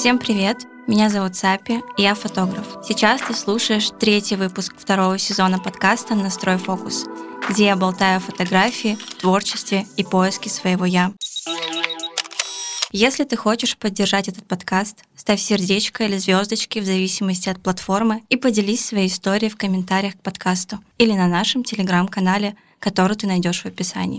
Всем привет! Меня зовут Сапи, и я фотограф. Сейчас ты слушаешь 3-й выпуск 2-го сезона подкаста «Настрой фокус», где я болтаю о фотографии, творчестве и поиске своего «я». Если ты хочешь поддержать этот подкаст, ставь сердечко или звездочки в зависимости от платформы и поделись своей историей в комментариях к подкасту или на нашем телеграм-канале, который ты найдешь в описании.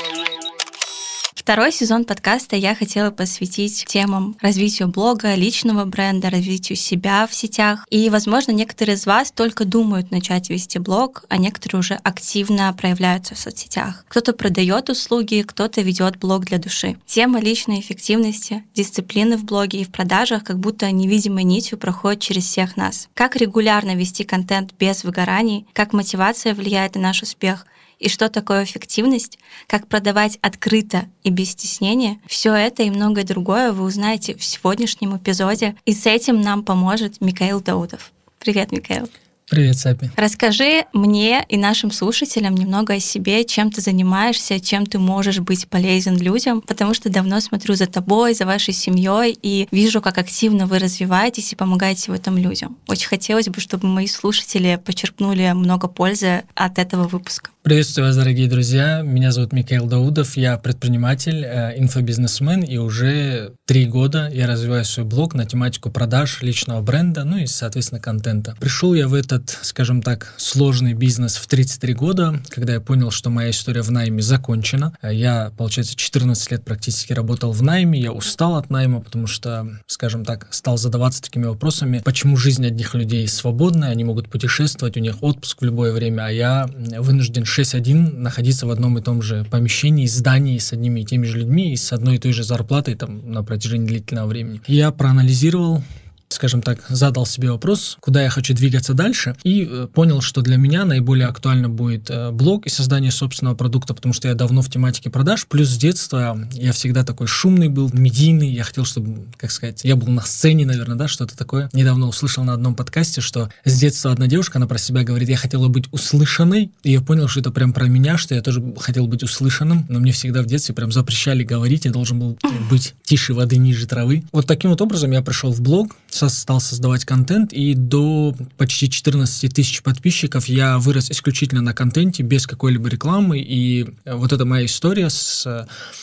2-й сезон подкаста я хотела посвятить темам развитию блога, личного бренда, развитию себя в сетях. И, возможно, некоторые из вас только думают начать вести блог, а некоторые уже активно проявляются в соцсетях. Кто-то продает услуги, кто-то ведет блог для души. Тема личной эффективности, дисциплины в блоге и в продажах как будто невидимой нитью проходит через всех нас. Как регулярно вести контент без выгораний, как мотивация влияет на наш успех, и что такое эффективность, как продавать открыто и без стеснения. Все это и многое другое вы узнаете в сегодняшнем эпизоде. И с этим нам поможет Микаил Даудов. Привет, Микаил. Привет, Сапи. Расскажи мне и нашим слушателям немного о себе, чем ты занимаешься, чем ты можешь быть полезен людям, потому что давно смотрю за тобой, за вашей семьей и вижу, как активно вы развиваетесь и помогаете в этом людям. Очень хотелось бы, чтобы мои слушатели почерпнули много пользы от этого выпуска. Приветствую вас, дорогие друзья. Меня зовут Микаил Даудов, я предприниматель, инфобизнесмен, и уже 3 года я развиваю свой блог на тематику продаж, личного бренда, ну и, соответственно, контента. Пришел я в этот, скажем так, сложный бизнес в 33 года, когда я понял, что моя история в найме закончена. Я, получается, 14 лет практически работал в найме, я устал от найма, потому что, скажем так, стал задаваться такими вопросами, почему жизнь одних людей свободная, они могут путешествовать, у них отпуск в любое время, а я вынужден 6-1 находиться в одном и том же помещении, здании с одними и теми же людьми и с одной и той же зарплатой там на протяжении длительного времени. Я проанализировал, скажем так, задал себе вопрос, куда я хочу двигаться дальше, и понял, что для меня наиболее актуально будет блог и создание собственного продукта, потому что я давно в тематике продаж, плюс с детства я всегда такой шумный был, медийный, я хотел, чтобы, как сказать, я был на сцене, наверное, да, что-то такое. Недавно услышал на одном подкасте, что с детства одна девушка, она про себя говорит, я хотела быть услышанной, и я понял, что это прям про меня, что я тоже хотел быть услышанным, но мне всегда в детстве прям запрещали говорить, я должен был быть тише воды, ниже травы. Вот таким вот образом я пришел в блог, стал создавать контент, и до почти 14 тысяч подписчиков я вырос исключительно на контенте, без какой-либо рекламы, и вот эта моя история с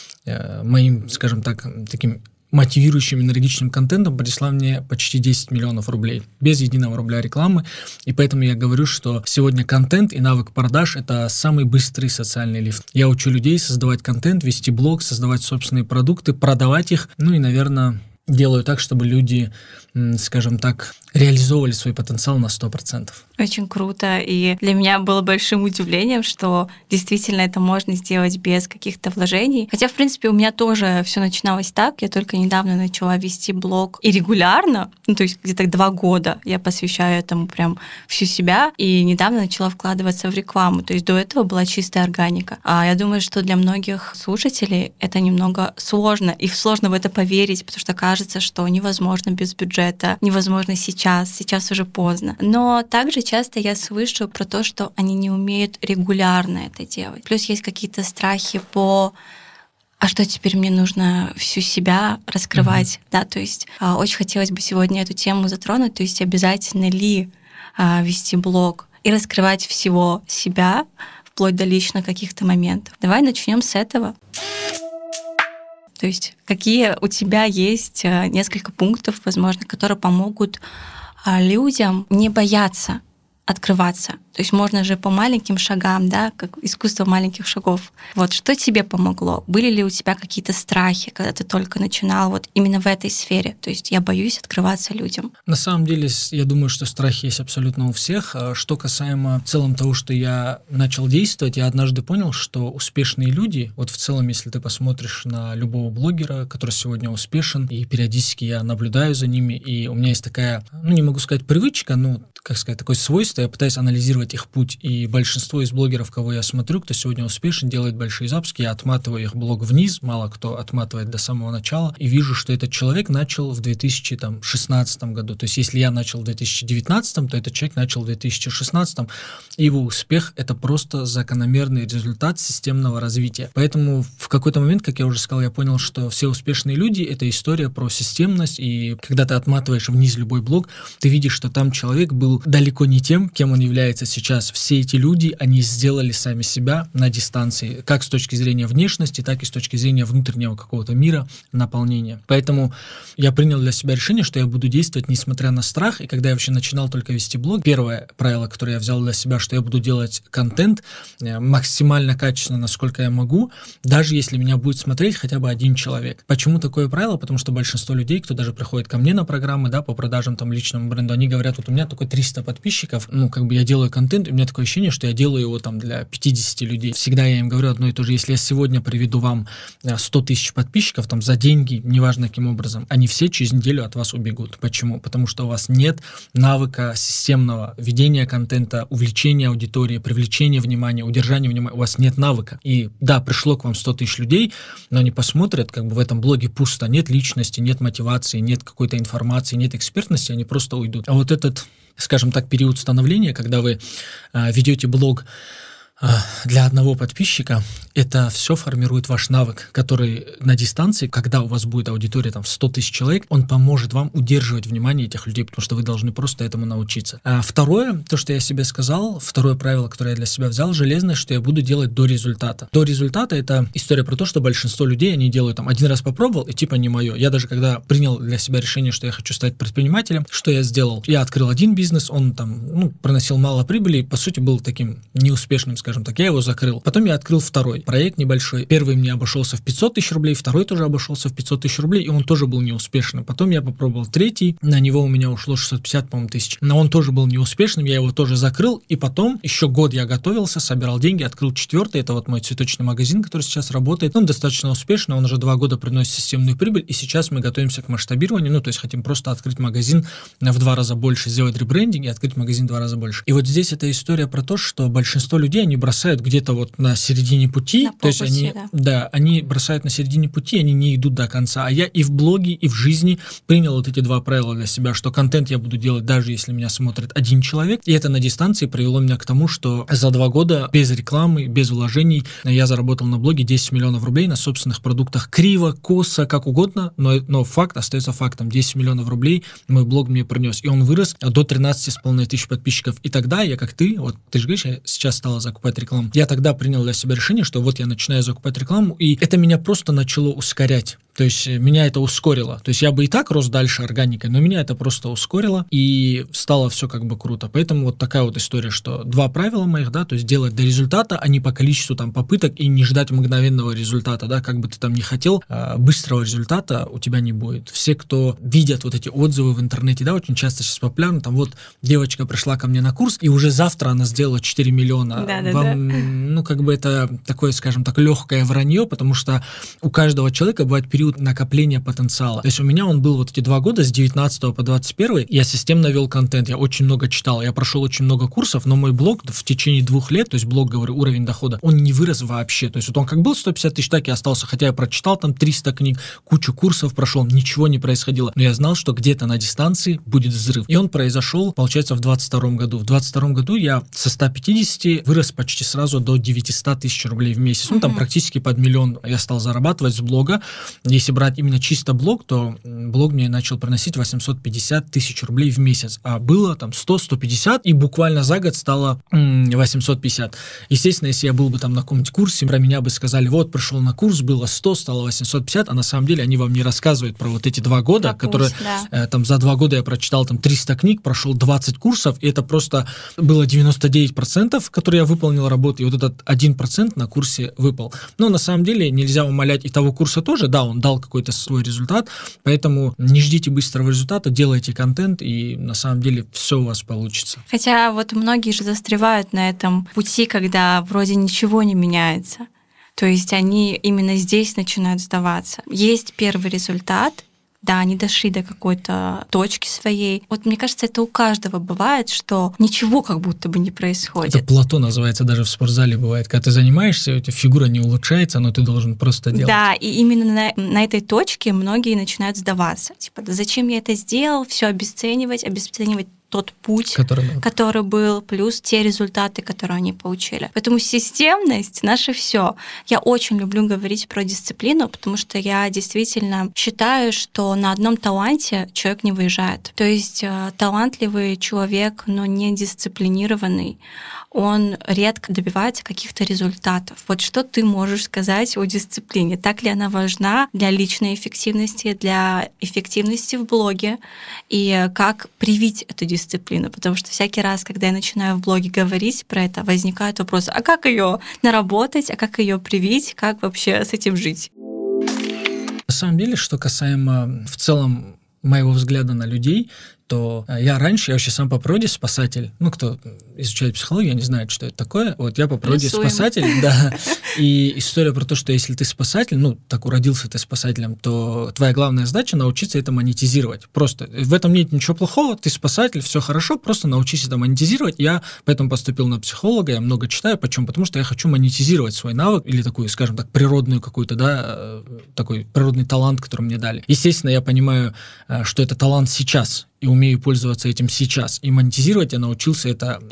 моим, скажем так, таким мотивирующим, энергичным контентом принесла мне почти 10 миллионов рублей, без единого рубля рекламы, и поэтому я говорю, что сегодня контент и навык продаж — это самый быстрый социальный лифт. Я учу людей создавать контент, вести блог, создавать собственные продукты, продавать их, ну и, наверное, делаю так, чтобы люди, скажем так, реализовывали свой потенциал на 100%. Очень круто. И для меня было большим удивлением, что действительно это можно сделать без каких-то вложений. Хотя, в принципе, у меня тоже все начиналось так. Я только недавно начала вести блог и регулярно, ну, то есть где-то 2 года я посвящаю этому прям всю себя, и недавно начала вкладываться в рекламу. То есть до этого была чистая органика. А я думаю, что для многих слушателей это немного сложно, и сложно в это поверить, потому что кажется, что невозможно без бюджета, невозможно сейчас уже поздно. Но также часто я слышу про то, что они не умеют регулярно это делать. Плюс есть какие-то страхи а что теперь мне нужно всю себя раскрывать, да, то есть очень хотелось бы сегодня эту тему затронуть, то есть обязательно ли вести блог и раскрывать всего себя, вплоть до лично каких-то моментов. Давай начнем с этого. То есть какие у тебя есть несколько пунктов, возможно, которые помогут людям не бояться открываться. То есть можно же по маленьким шагам, да, как искусство маленьких шагов. Вот что тебе помогло? Были ли у тебя какие-то страхи, когда ты только начинал вот именно в этой сфере? То есть я боюсь открываться людям. На самом деле, я думаю, что страхи есть абсолютно у всех. Что касаемо в целом того, что я начал действовать, я однажды понял, что успешные люди, вот в целом, если ты посмотришь на любого блогера, который сегодня успешен, и периодически я наблюдаю за ними, и у меня есть такая, не могу сказать привычка, как сказать, такое свойство, я пытаюсь анализировать отматывать их путь. И большинство из блогеров, кого я смотрю, кто сегодня успешен, делает большие запуски, я отматываю их блог вниз, мало кто отматывает до самого начала, и вижу, что этот человек начал в 2016 году. То есть если я начал в 2019, то этот человек начал в 2016, и его успех — это просто закономерный результат системного развития. Поэтому в какой-то момент, как я уже сказал, я понял, что все успешные люди — это история про системность, и когда ты отматываешь вниз любой блог, ты видишь, что там человек был далеко не тем, кем он является сейчас. Все эти люди, они сделали сами себя на дистанции, как с точки зрения внешности, так и с точки зрения внутреннего какого-то мира, наполнения. Поэтому я принял для себя решение, что я буду действовать несмотря на страх, и когда я вообще начинал только вести блог, первое правило, которое я взял для себя, что я буду делать контент максимально качественно, насколько я могу, даже если меня будет смотреть хотя бы один человек. Почему такое правило? Потому что большинство людей, кто даже приходит ко мне на программы, да, по продажам там личному бренду, они говорят, вот у меня только 300 подписчиков, я делаю контент, и у меня такое ощущение, что я делаю его там для 50 людей. Всегда я им говорю одно и то же, если я сегодня приведу вам 100 тысяч подписчиков, там, за деньги, неважно каким образом, они все через неделю от вас убегут. Почему? Потому что у вас нет навыка системного ведения контента, увлечения аудитории, привлечения внимания, удержания внимания, у вас нет навыка. И да, пришло к вам 100 тысяч людей, но они посмотрят, в этом блоге пусто, нет личности, нет мотивации, нет какой-то информации, нет экспертности, они просто уйдут. А вот этот, скажем так, период становления, когда вы ведете блог для одного подписчика, это все формирует ваш навык, который на дистанции, когда у вас будет аудитория там 100 тысяч человек, он поможет вам удерживать внимание этих людей, потому что вы должны просто этому научиться. А второе, то, что я себе сказал, второе правило, которое я для себя взял, железное, что я буду делать до результата. До результата — это история про то, что большинство людей, они делают там один раз попробовал, и типа не мое. Я даже когда принял для себя решение, что я хочу стать предпринимателем, что я сделал? Я открыл один бизнес, он там, приносил мало прибыли, и, по сути, был таким неуспешным, скажем так, я его закрыл. Потом я открыл второй проект небольшой. Первый мне обошелся в 500 тысяч рублей, второй тоже обошелся в 500 тысяч рублей, и он тоже был неуспешным. Потом я попробовал третий, на него у меня ушло 650, по-моему, тысяч. Но он тоже был неуспешным, я его тоже закрыл, и потом еще год я готовился, собирал деньги, открыл четвертый, это вот мой цветочный магазин, который сейчас работает. Он достаточно успешный, он уже 2 года приносит системную прибыль, и сейчас мы готовимся к масштабированию, то есть хотим просто открыть магазин в 2 раза больше, сделать ребрендинг и открыть магазин в 2 раза больше. И вот здесь эта история про то, что большинство людей, они бросают где-то вот на середине пути, то есть они бросают на середине пути, они не идут до конца. А я и в блоге, и в жизни принял вот эти 2 правила для себя, что контент я буду делать, даже если меня смотрит один человек, и это на дистанции привело меня к тому, что за 2 года без рекламы, без вложений я заработал на блоге 10 миллионов рублей на собственных продуктах. Криво, косо, как угодно, но факт остается фактом. 10 миллионов рублей мой блог мне принес, и он вырос до 13,5 тысяч подписчиков. И тогда я, как ты, вот ты же говоришь, я сейчас стала закупать рекламу, я тогда принял для себя решение, что вот я начинаю закупать рекламу, и это меня просто начало ускорять. То есть меня это ускорило. То есть я бы и так рос дальше органикой, но меня это просто ускорило, и стало все круто. Поэтому вот такая вот история, что 2 правила моих, да, то есть делать до результата, а не по количеству там попыток, и не ждать мгновенного результата, да, как бы ты там ни хотел, быстрого результата у тебя не будет. Все, кто видят вот эти отзывы в интернете, да, очень часто сейчас популярно, там вот девочка пришла ко мне на курс, и уже завтра она сделала 4 миллиона. Это такое, скажем так, легкое вранье, потому что у каждого человека бывает период накопления потенциала. То есть у меня он был вот эти 2 года, с 19 по 21, я системно вел контент, я очень много читал, я прошел очень много курсов, но мой блог в течение 2 лет, то есть блог, говорю, уровень дохода, он не вырос вообще. То есть вот он как был 150 тысяч, так и остался, хотя я прочитал там 300 книг, кучу курсов прошел, ничего не происходило. Но я знал, что где-то на дистанции будет взрыв. И он произошел, получается, в 22 году. В 22 году я со 150 вырос почти сразу до 900 тысяч рублей в месяц. Там практически под 1 миллион я стал зарабатывать с блога. Если брать именно чисто блог, то блог мне начал приносить 850 тысяч рублей в месяц. А было там 100-150, и буквально за год стало 850. Естественно, если я был бы там на каком-нибудь курсе, про меня бы сказали, вот, пришел на курс, было 100, стало 850, а на самом деле они вам не рассказывают про вот эти 2 года, которые там за 2 года я прочитал там 300 книг, прошел 20 курсов, и это просто было 99%, которые я выполнил работу, и вот этот 1% на курсе выпал. Но на самом деле нельзя умалять и того курса тоже, да, он дал какой-то свой результат, поэтому не ждите быстрого результата, делайте контент, и на самом деле все у вас получится. Хотя вот многие же застревают на этом пути, когда вроде ничего не меняется. То есть они именно здесь начинают сдаваться. Есть первый результат, да, они дошли до какой-то точки своей. Вот мне кажется, это у каждого бывает, что ничего как будто бы не происходит. Это плато называется, даже в спортзале бывает. Когда ты занимаешься, у тебя фигура не улучшается, но ты должен просто делать. Да, и именно на этой точке многие начинают сдаваться. Типа, да зачем я это сделал? Все обесценивать тот путь, который был, плюс те результаты, которые они получили. Поэтому системность — наше все. Я очень люблю говорить про дисциплину, потому что я действительно считаю, что на одном таланте человек не выезжает. То есть талантливый человек, но не дисциплинированный, он редко добивается каких-то результатов. Вот что ты можешь сказать о дисциплине? Так ли она важна для личной эффективности, для эффективности в блоге? И как привить эту дисциплину? Потому что всякий раз, когда я начинаю в блоге говорить про это, возникают вопросы: а как ее наработать, а как ее привить, как вообще с этим жить? На самом деле, что касаемо в целом моего взгляда на людей, то я вообще сам по природе спасатель. Кто изучает психологию, не знает, что это такое. Вот я по природе спасатель, да. И история про то, что если ты спасатель, так уродился ты спасателем, то твоя главная задача — научиться это монетизировать. Просто в этом нет ничего плохого, ты спасатель, все хорошо, просто научись это монетизировать. Я поэтому поступил на психолога, я много читаю. Почему? Потому что я хочу монетизировать свой навык или такую, скажем так, природную какую-то, такой природный талант, который мне дали. Естественно, я понимаю, что это талант сейчас, и умею пользоваться этим сейчас. И монетизировать я научился,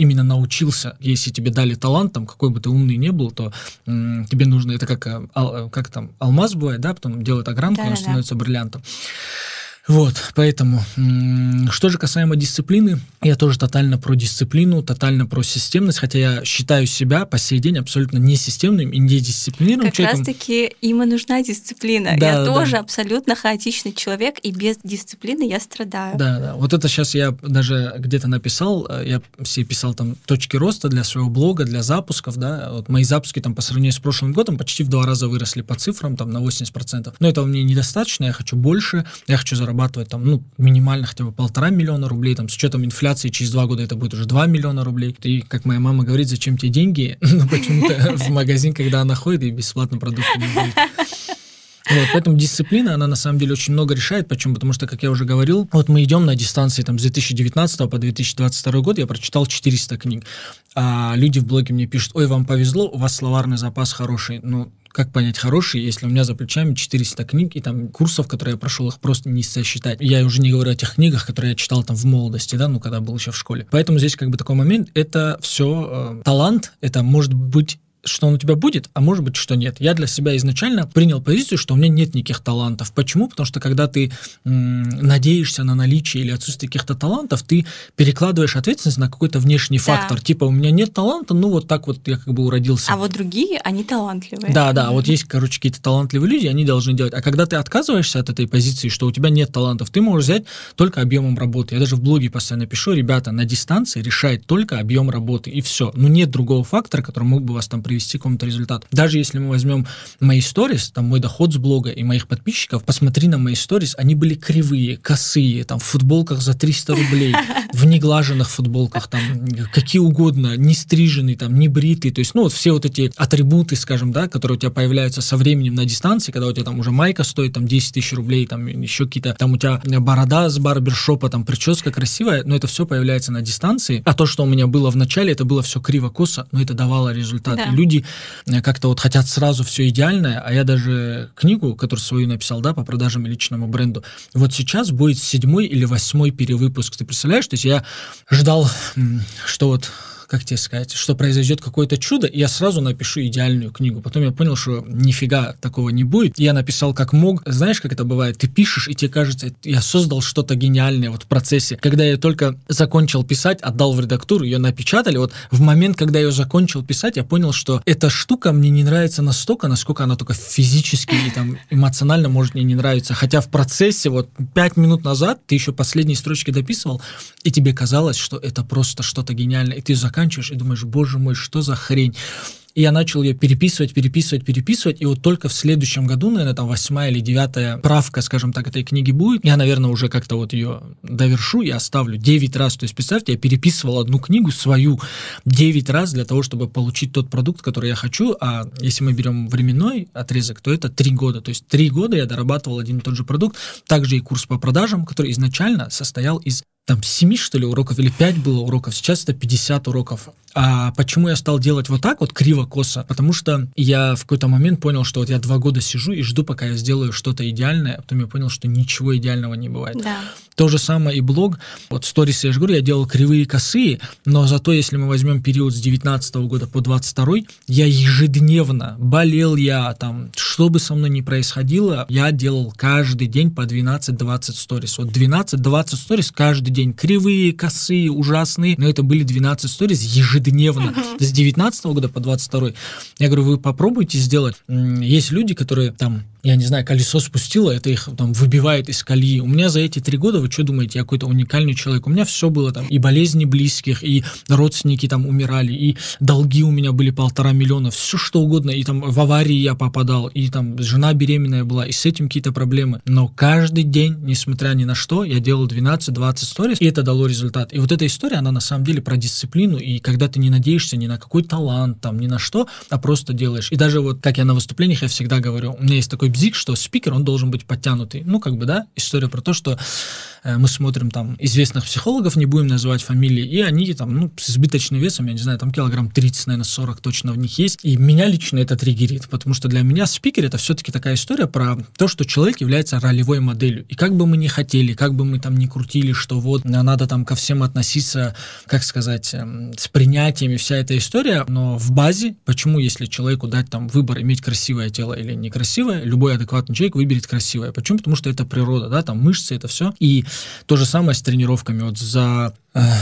Если тебе дали талант, какой бы ты умный ни был, то тебе нужно, это как там, алмаз бывает, да, потом делают огранку, он становится бриллиантом. Вот, поэтому, что же касаемо дисциплины, я тоже тотально про дисциплину, тотально про системность, хотя я считаю себя по сей день абсолютно несистемным и недисциплинированным человеком. Как раз-таки им и нужна дисциплина. Да, я тоже абсолютно хаотичный человек, и без дисциплины я страдаю. Да. Вот это сейчас я даже где-то написал, я все писал там точки роста для своего блога, для запусков, да, вот мои запуски там по сравнению с прошлым годом почти в 2 раза выросли по цифрам, там на 80%. Но этого мне недостаточно, я хочу больше, я хочу зарабатывать там, минимально хотя бы 1,5 миллиона рублей, там, с учетом инфляции через 2 года это будет уже 2 миллиона рублей. И, как моя мама говорит, зачем тебе деньги? Почему-то в магазин, когда она ходит, и бесплатно продукты не будет. Вот, поэтому дисциплина, она на самом деле очень много решает. Почему? Потому что, как я уже говорил, вот мы идем на дистанции там, с 2019 по 2022 год, я прочитал 400 книг. А люди в блоге мне пишут: ой, вам повезло, у вас словарный запас хороший. Как понять хороший, если у меня за плечами 400 книг и там курсов, которые я прошел, их просто не сосчитать. Я уже не говорю о тех книгах, которые я читал там в молодости, да, когда был еще в школе. Поэтому здесь такой момент, это все талант, это может быть, что он у тебя будет, а может быть, что нет. Я для себя изначально принял позицию, что у меня нет никаких талантов. Почему? Потому что когда ты надеешься на наличие или отсутствие каких-то талантов, ты перекладываешь ответственность на какой-то внешний фактор. Типа, у меня нет таланта, вот так вот я уродился. А вот другие, они талантливые. Да, вот есть, какие-то талантливые люди, они должны делать. А когда ты отказываешься от этой позиции, что у тебя нет талантов, ты можешь взять только объемом работы. Я даже в блоге постоянно пишу: ребята, на дистанции решает только объем работы, и все. Нет другого фактора, который мог бы вас там привести к какому-то результату. Даже если мы возьмем мои сторис, там мой доход с блога и моих подписчиков, посмотри на мои сторис, они были кривые, косые, там в футболках за 300 рублей, в неглаженных футболках, там какие угодно, не стриженные, там не бритые, то есть, все вот эти атрибуты, скажем, да, которые у тебя появляются со временем на дистанции, когда у тебя там уже майка стоит там 10 тысяч рублей, там еще какие-то, там у тебя борода с барбершопа, там прическа красивая, но это все появляется на дистанции, а то, что у меня было в начале, это было все криво-косо, но это давало результат. Да. Люди как-то хотят сразу все идеальное, а я даже книгу, которую свою написал, да, по продажам и личному бренду, вот сейчас будет 7-й или 8-й перевыпуск. Ты представляешь? То есть я ждал, что как тебе сказать, что произойдет какое-то чудо, и я сразу напишу идеальную книгу. Потом я понял, что нифига такого не будет. Я написал как мог. Знаешь, как это бывает? Ты пишешь, и тебе кажется, я создал что-то гениальное в процессе. Когда я только закончил писать, отдал в редактуру, ее напечатали, в момент, когда я ее закончил писать, я понял, что эта штука мне не нравится настолько, насколько она только физически и там эмоционально может мне не нравиться. Хотя в процессе 5 минут назад ты еще последние строчки дописывал, и тебе казалось, что это просто что-то гениальное. И ты заканчиваешь и думаешь: боже мой, что за хрень. и я начал ее переписывать, и вот только в следующем году, наверное, там 8-я или 9-я правка, скажем так, этой книги будет, я, наверное, уже как-то вот ее довершу и оставлю 9 раз. То есть, представьте, я переписывал одну книгу свою 9 раз для того, чтобы получить тот продукт, который я хочу, а если мы берем временной отрезок, то это 3 года. То есть 3 года я дорабатывал один и тот же продукт. Также и курс по продажам, который изначально состоял из 7, что ли, уроков, или 5 было уроков, сейчас это 50 уроков. А почему я стал делать вот так вот, криво-косо? Потому что я в какой-то момент понял, что вот я 2 года сижу и жду, пока я сделаю что-то идеальное, а потом я понял, что ничего идеального не бывает. Да. То же самое и блог. Вот сторисы, я же говорю, я делал кривые, косые, но зато если мы возьмем период с 19 года по 22, я ежедневно болел, что бы со мной ни происходило, я делал каждый день по 12-20 сторис. Вот 12-20 сторис каждый день. Кривые, косые, ужасные, но это были 12 сторис ежедневно. С 19 года по 22. Я говорю, вы попробуйте сделать. Есть люди, которые я не знаю, колесо спустило, это их выбивает из колеи. У меня за эти 3 года, вы что думаете, я какой-то уникальный человек? У меня все было и болезни близких, и родственники умирали, и долги у меня были 1,5 миллиона, все что угодно, и в аварии я попадал, и жена беременная была, и с этим какие-то проблемы. Но каждый день, несмотря ни на что, я делал 12-20 сторис, и это дало результат. И вот эта история, она на самом деле про дисциплину, и когда ты не надеешься ни на какой талант, ни на что, а просто делаешь. И даже вот, как я на выступлениях, я всегда говорю, у меня есть такой бзик, что спикер, он должен быть подтянутый. История про то, что мы смотрим известных психологов, не будем называть фамилии, и они с избыточным весом, я не знаю, килограмм 30, наверное, 40 точно в них есть. И меня лично это триггерит, потому что для меня спикер — это все-таки такая история про то, что человек является ролевой моделью. И как бы мы ни хотели, как бы мы ни крутили, что вот надо ко всем относиться, с принятием и вся эта история, но в базе, почему, если человеку дать выбор иметь красивое тело или некрасивое, любой адекватный человек выберет красивое. Почему? Потому что это природа, мышцы, это все. И то же самое с тренировками. Вот за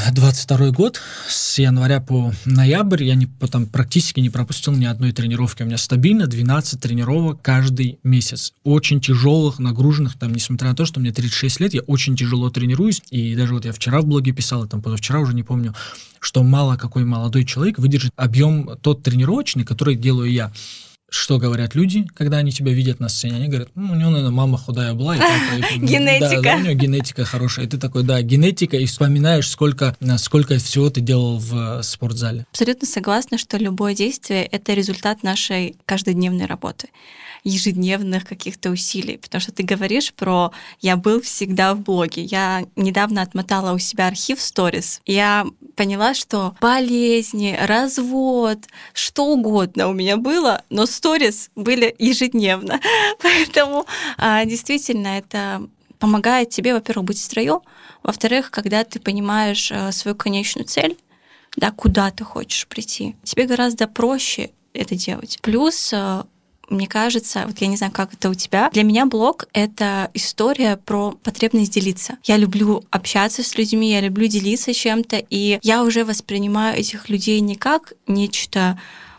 22 год, с января по ноябрь, я практически не пропустил ни одной тренировки. У меня стабильно 12 тренировок каждый месяц. Очень тяжелых, нагруженных, несмотря на то, что мне 36 лет, я очень тяжело тренируюсь. И даже вот я вчера в блоге писал, позавчера уже не помню, что мало какой молодой человек выдержит объем тот тренировочный, который делаю я. Что говорят люди, когда они тебя видят на сцене? Они говорят, у него, наверное, мама худая была. Генетика. Да, у него генетика хорошая. И ты такой, генетика, и вспоминаешь, сколько всего ты делал в спортзале. Абсолютно согласна, что любое действие — это результат нашей каждодневной работы, ежедневных каких-то усилий. Потому что ты говоришь про «я был всегда в блоге». Я недавно отмотала у себя архив сторис. Я поняла, что болезни, развод, что угодно у меня было, но сторис были ежедневно. Поэтому действительно это помогает тебе, во-первых, быть в строю, во-вторых, когда ты понимаешь свою конечную цель, куда ты хочешь прийти, тебе гораздо проще это делать. Плюс мне кажется, я не знаю, как это у тебя, для меня блог — это история про потребность делиться. Я люблю общаться с людьми, я люблю делиться чем-то, и я уже воспринимаю этих людей не как нечто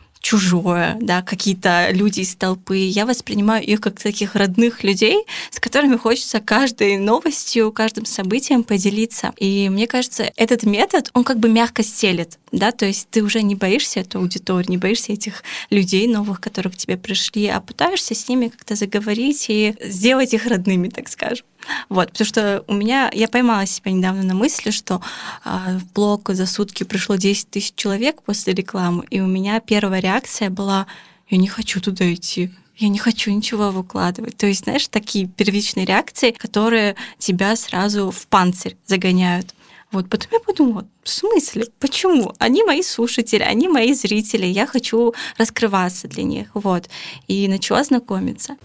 чужое, какие-то люди из толпы. Я воспринимаю их как таких родных людей, с которыми хочется каждой новостью, каждым событием поделиться. И мне кажется, этот метод, он мягко стелет, то есть ты уже не боишься эту аудиторию, не боишься этих людей новых, которые к тебе пришли, а пытаешься с ними как-то заговорить и сделать их родными, так скажем. Потому что я поймала себя недавно на мысли, что в блог за сутки пришло 10 тысяч человек после рекламы, и у меня первая реакция была: я не хочу туда идти, я не хочу ничего выкладывать. То есть, знаешь, такие первичные реакции, которые тебя сразу в панцирь загоняют. Потом я подумала, в смысле? Почему? Они мои слушатели, они мои зрители, я хочу раскрываться для них. И начала знакомиться.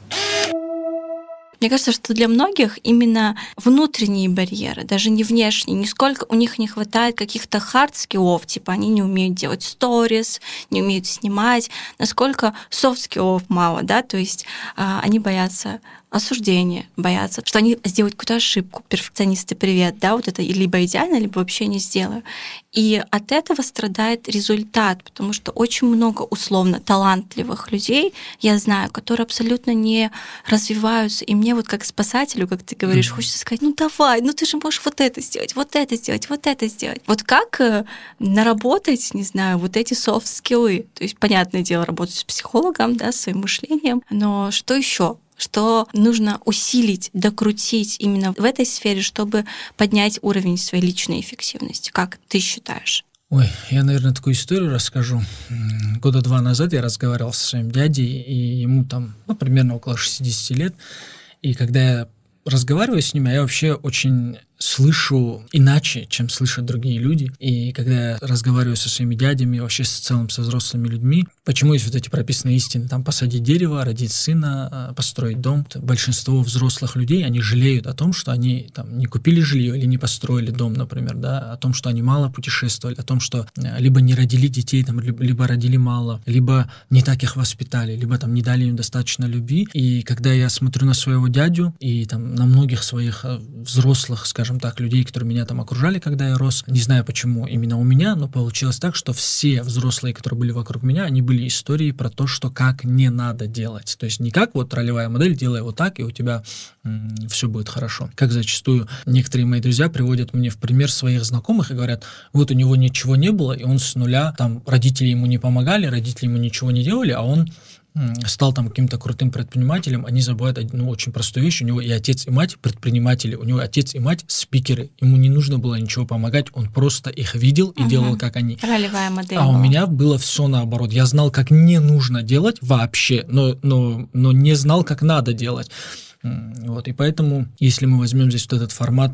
Мне кажется, что для многих именно внутренние барьеры, даже не внешние, нисколько у них не хватает каких-то хард-скиллов, они не умеют делать сторис, не умеют снимать, насколько софт-скиллов мало, то есть они боятся осуждения, боятся, что они сделают какую-то ошибку. Перфекционисты, привет, это либо идеально, либо вообще не сделаю. И от этого страдает результат, потому что очень много условно талантливых людей, я знаю, которые абсолютно не развиваются. И мне вот как спасателю, как ты говоришь, хочется сказать, ну давай, ну ты же можешь вот это сделать, вот это сделать, вот это сделать. Вот как наработать, не знаю, вот эти софт-скиллы? То есть, понятное дело, работать с психологом, да, с своим мышлением, но что еще? Что нужно усилить, докрутить именно в этой сфере, чтобы поднять уровень своей личной эффективности? Как ты считаешь? Ой, я, наверное, такую историю расскажу. 2 года назад я разговаривал со своим дядей, и ему там, примерно около 60 лет. И когда я разговариваю с ними, я вообще очень слышу иначе, чем слышат другие люди. И когда я разговариваю со своими дядями, вообще в целом со взрослыми людьми, почему есть вот эти прописанные истины, там посадить дерево, родить сына, построить дом. Большинство взрослых людей, они жалеют о том, что они там не купили жилье или не построили дом, например, да, о том, что они мало путешествовали, о том, что либо не родили детей, там, либо родили мало, либо не так их воспитали, либо там не дали им достаточно любви. И когда я смотрю на своего дядю и там на многих своих взрослых, скажем так, людей, которые меня там окружали, когда я рос. Не знаю, почему именно у меня, но получилось так, что все взрослые, которые были вокруг меня, они были историей про то, что как не надо делать. То есть не как вот ролевая модель, делай вот так, и у тебя все будет хорошо. Как зачастую некоторые мои друзья приводят мне в пример своих знакомых и говорят, вот у него ничего не было, и он с нуля, там родители ему не помогали, родители ему ничего не делали, а он стал там каким-то крутым предпринимателем. Они забывают одну очень простую вещь. У него и отец, и мать предприниматели, у него отец и мать спикеры. Ему не нужно было ничего помогать, он просто их видел и делал, как они. Ролевая модель. У меня было все наоборот. Я знал, как не нужно делать вообще, но не знал, как надо делать. Вот, и поэтому, если мы возьмем здесь вот этот формат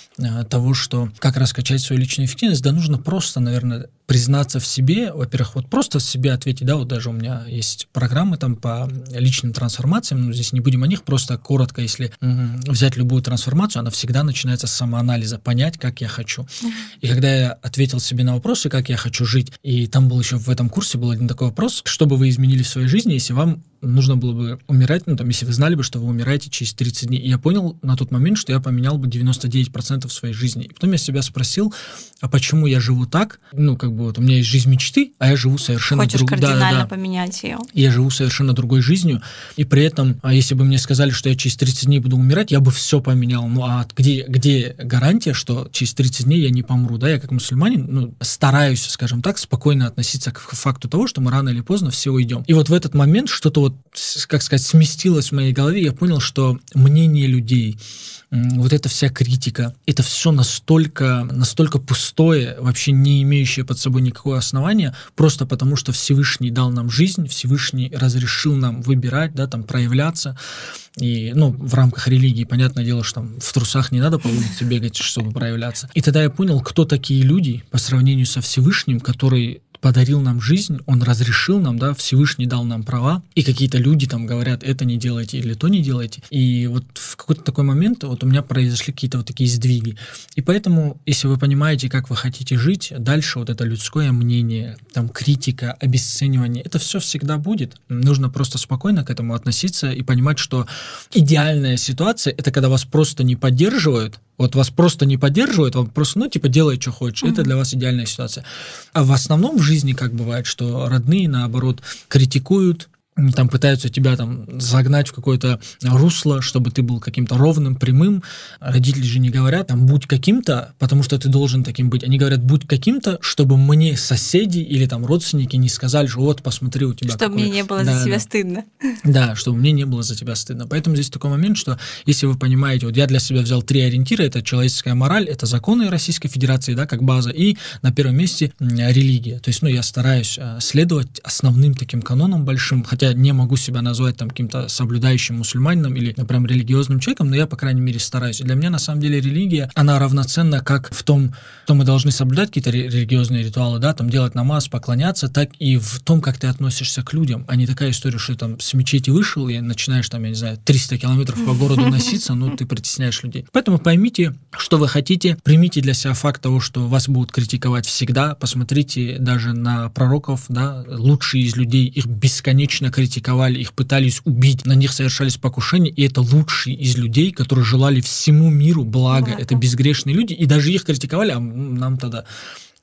того, что как раскачать свою личную эффективность, да нужно просто, наверное, признаться в себе, во-первых, вот просто себе ответить, да, вот даже у меня есть программы там по личным трансформациям, но здесь не будем о них, просто коротко, если взять любую трансформацию, она всегда начинается с самоанализа, понять, как я хочу. И когда я ответил себе на вопросы, как я хочу жить, и там был еще в этом курсе был один такой вопрос, что бы вы изменили в своей жизни, если вам нужно было бы умирать, если вы знали бы, что вы умираете через 30 дней. И я понял на тот момент, что я поменял бы 99% в своей жизни. И потом я себя спросил, а почему я живу так? Вот у меня есть жизнь мечты, а я живу совершенно другой. Хочешь кардинально поменять ее. Я живу совершенно другой жизнью, и при этом, если бы мне сказали, что я через 30 дней буду умирать, я бы все поменял. А где гарантия, что через 30 дней я не помру? Да, я как мусульманин, стараюсь, скажем так, спокойно относиться к факту того, что мы рано или поздно все уйдем. И вот в этот момент что-то сместилось в моей голове, я понял, что мнение людей, вот эта вся критика, это все настолько пустое, вообще не имеющее под собой никакого основания, просто потому что Всевышний дал нам жизнь, Всевышний разрешил нам выбирать, да, там, проявляться. И, в рамках религии, понятное дело, что там в трусах не надо по улице бегать, чтобы проявляться. И тогда я понял, кто такие люди по сравнению со Всевышним, который подарил нам жизнь, он разрешил нам, да, Всевышний дал нам права, и какие-то люди там говорят, это не делайте или то не делайте. И вот в какой-то такой момент вот у меня произошли какие-то вот такие сдвиги. И поэтому, если вы понимаете, как вы хотите жить, дальше вот это людское мнение, там критика, обесценивание, это все всегда будет. Нужно просто спокойно к этому относиться и понимать, что идеальная ситуация — это когда вас просто не поддерживают, вот вас просто не поддерживают, вам просто, делай, что хочешь. Это для вас идеальная ситуация. А в основном в жизни как бывает, что родные, наоборот, критикуют, там пытаются тебя там загнать в какое-то русло, чтобы ты был каким-то ровным, прямым. Родители же не говорят, там, будь каким-то, потому что ты должен таким быть. Они говорят, будь каким-то, чтобы мне соседи или там родственники не сказали, что вот, посмотри, у тебя чтобы мне не было за тебя стыдно. Да, чтобы мне не было за тебя стыдно. Поэтому здесь такой момент, что если вы понимаете, вот я для себя взял 3 ориентира, это человеческая мораль, это законы Российской Федерации, да, как база, и на первом месте религия. То есть, я стараюсь следовать основным таким канонам большим, хотя не могу себя назвать там каким-то соблюдающим мусульманином или прям религиозным человеком, но я, по крайней мере, стараюсь. И для меня, на самом деле, религия, она равноценна как в том, что мы должны соблюдать какие-то религиозные ритуалы, да, там делать намаз, поклоняться, так и в том, как ты относишься к людям. А не такая история, что там с мечети вышел и начинаешь там, я не знаю, 300 километров по городу носиться, ты притесняешь людей. Поэтому поймите, что вы хотите, примите для себя факт того, что вас будут критиковать всегда, посмотрите даже на пророков, да, лучшие из людей, их бесконечно критиковали, их пытались убить, на них совершались покушения, и это лучшие из людей, которые желали всему миру блага. Это безгрешные люди, и даже их критиковали, а нам тогда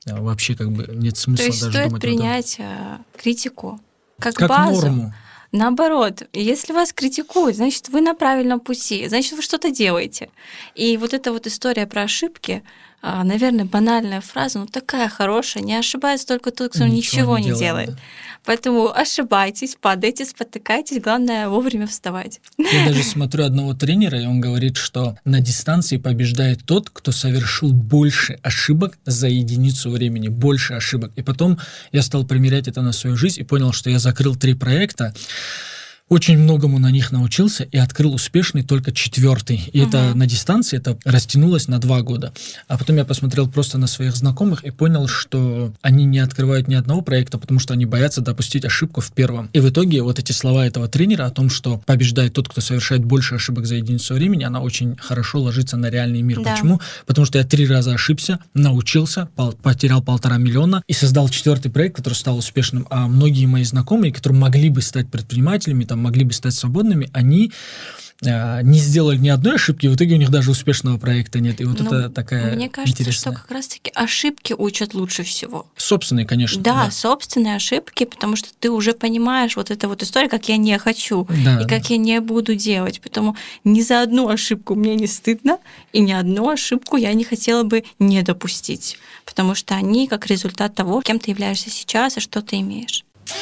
вообще как бы нет смысла То есть даже стоит думать принять критику как как базу. норму. Наоборот, если вас критикуют, значит, вы на правильном пути, значит, вы что-то делаете. И вот эта вот история про ошибки, наверное, банальная фраза, но такая хорошая, не ошибается только тот, кто ничего не делает. Да. Поэтому ошибайтесь, падайте, спотыкайтесь, главное вовремя вставать. Я даже смотрю одного тренера, и он говорит, что на дистанции побеждает тот, кто совершил больше ошибок за единицу времени, больше ошибок. И потом я стал примерять это на свою жизнь и понял, что я закрыл 3 проекта, очень многому на них научился и открыл успешный только 4-й. И это на дистанции, это растянулось на 2 года. А потом я посмотрел просто на своих знакомых и понял, что они не открывают ни одного проекта, потому что они боятся допустить ошибку в первом. И в итоге вот эти слова этого тренера о том, что побеждает тот, кто совершает больше ошибок за единицу времени, она очень хорошо ложится на реальный мир. Да. Почему? Потому что я 3 раза ошибся, научился, потерял 1,5 миллиона и создал 4-й проект, который стал успешным. А многие мои знакомые, которые могли бы стать предпринимателями, там, могли бы стать свободными, они не сделали ни одной ошибки, в итоге у них даже успешного проекта нет. И вот это такая мне кажется, интересная. что как раз-таки ошибки учат лучше всего. Собственные, конечно. Да, собственные ошибки, потому что ты уже понимаешь вот эту вот историю, как я не хочу, Да, и как я не буду делать. Поэтому ни за одну ошибку мне не стыдно, и ни одну ошибку я не хотела бы не допустить, потому что они как результат того, кем ты являешься сейчас и что ты имеешь.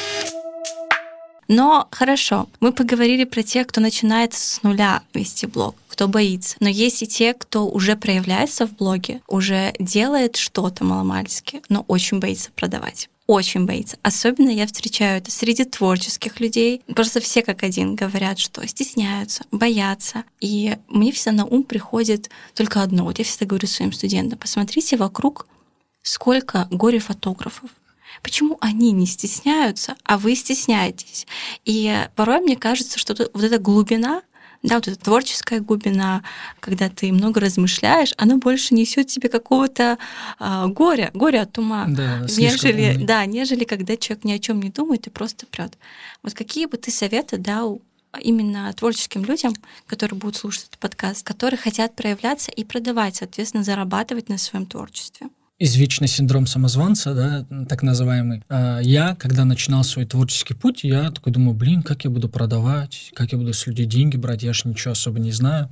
Но хорошо, мы поговорили про тех, кто начинает с нуля вести блог, кто боится. Но есть и те, кто уже проявляется в блоге, уже делает что-то маломальски, но очень боится продавать. Очень боится. Особенно я встречаю это среди творческих людей. Просто все как один говорят, что стесняются, боятся. И мне всегда на ум приходит только одно. Вот я всегда говорю своим студентам: посмотрите вокруг, сколько горе-фотографов. Почему они не стесняются, а вы стесняетесь? И порой мне кажется, что вот эта глубина, да, вот эта творческая глубина, когда ты много размышляешь, она больше несет тебе какого-то горя от ума, Да, нежели когда человек ни о чем не думает и просто прет. Вот какие бы ты советы дал именно творческим людям, которые будут слушать этот подкаст, которые хотят проявляться и продавать, соответственно, зарабатывать на своем творчестве? Извечный синдром самозванца, да, так называемый. Я, когда начинал свой творческий путь, я такой думаю, как я буду продавать, как я буду с людей деньги брать, я же ничего особо не знаю.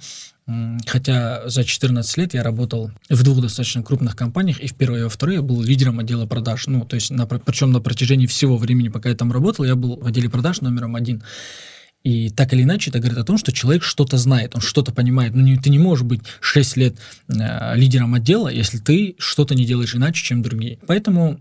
Хотя за 14 лет я работал в 2 достаточно крупных компаниях, и в первой, и во второй я был лидером отдела продаж. Ну, то есть, причем на протяжении всего времени, пока я там работал, я был в отделе продаж номером 1. И так или иначе это говорит о том, что человек что-то знает, он что-то понимает. Ну, ты не можешь быть 6 лет лидером отдела, если ты что-то не делаешь иначе, чем другие. Поэтому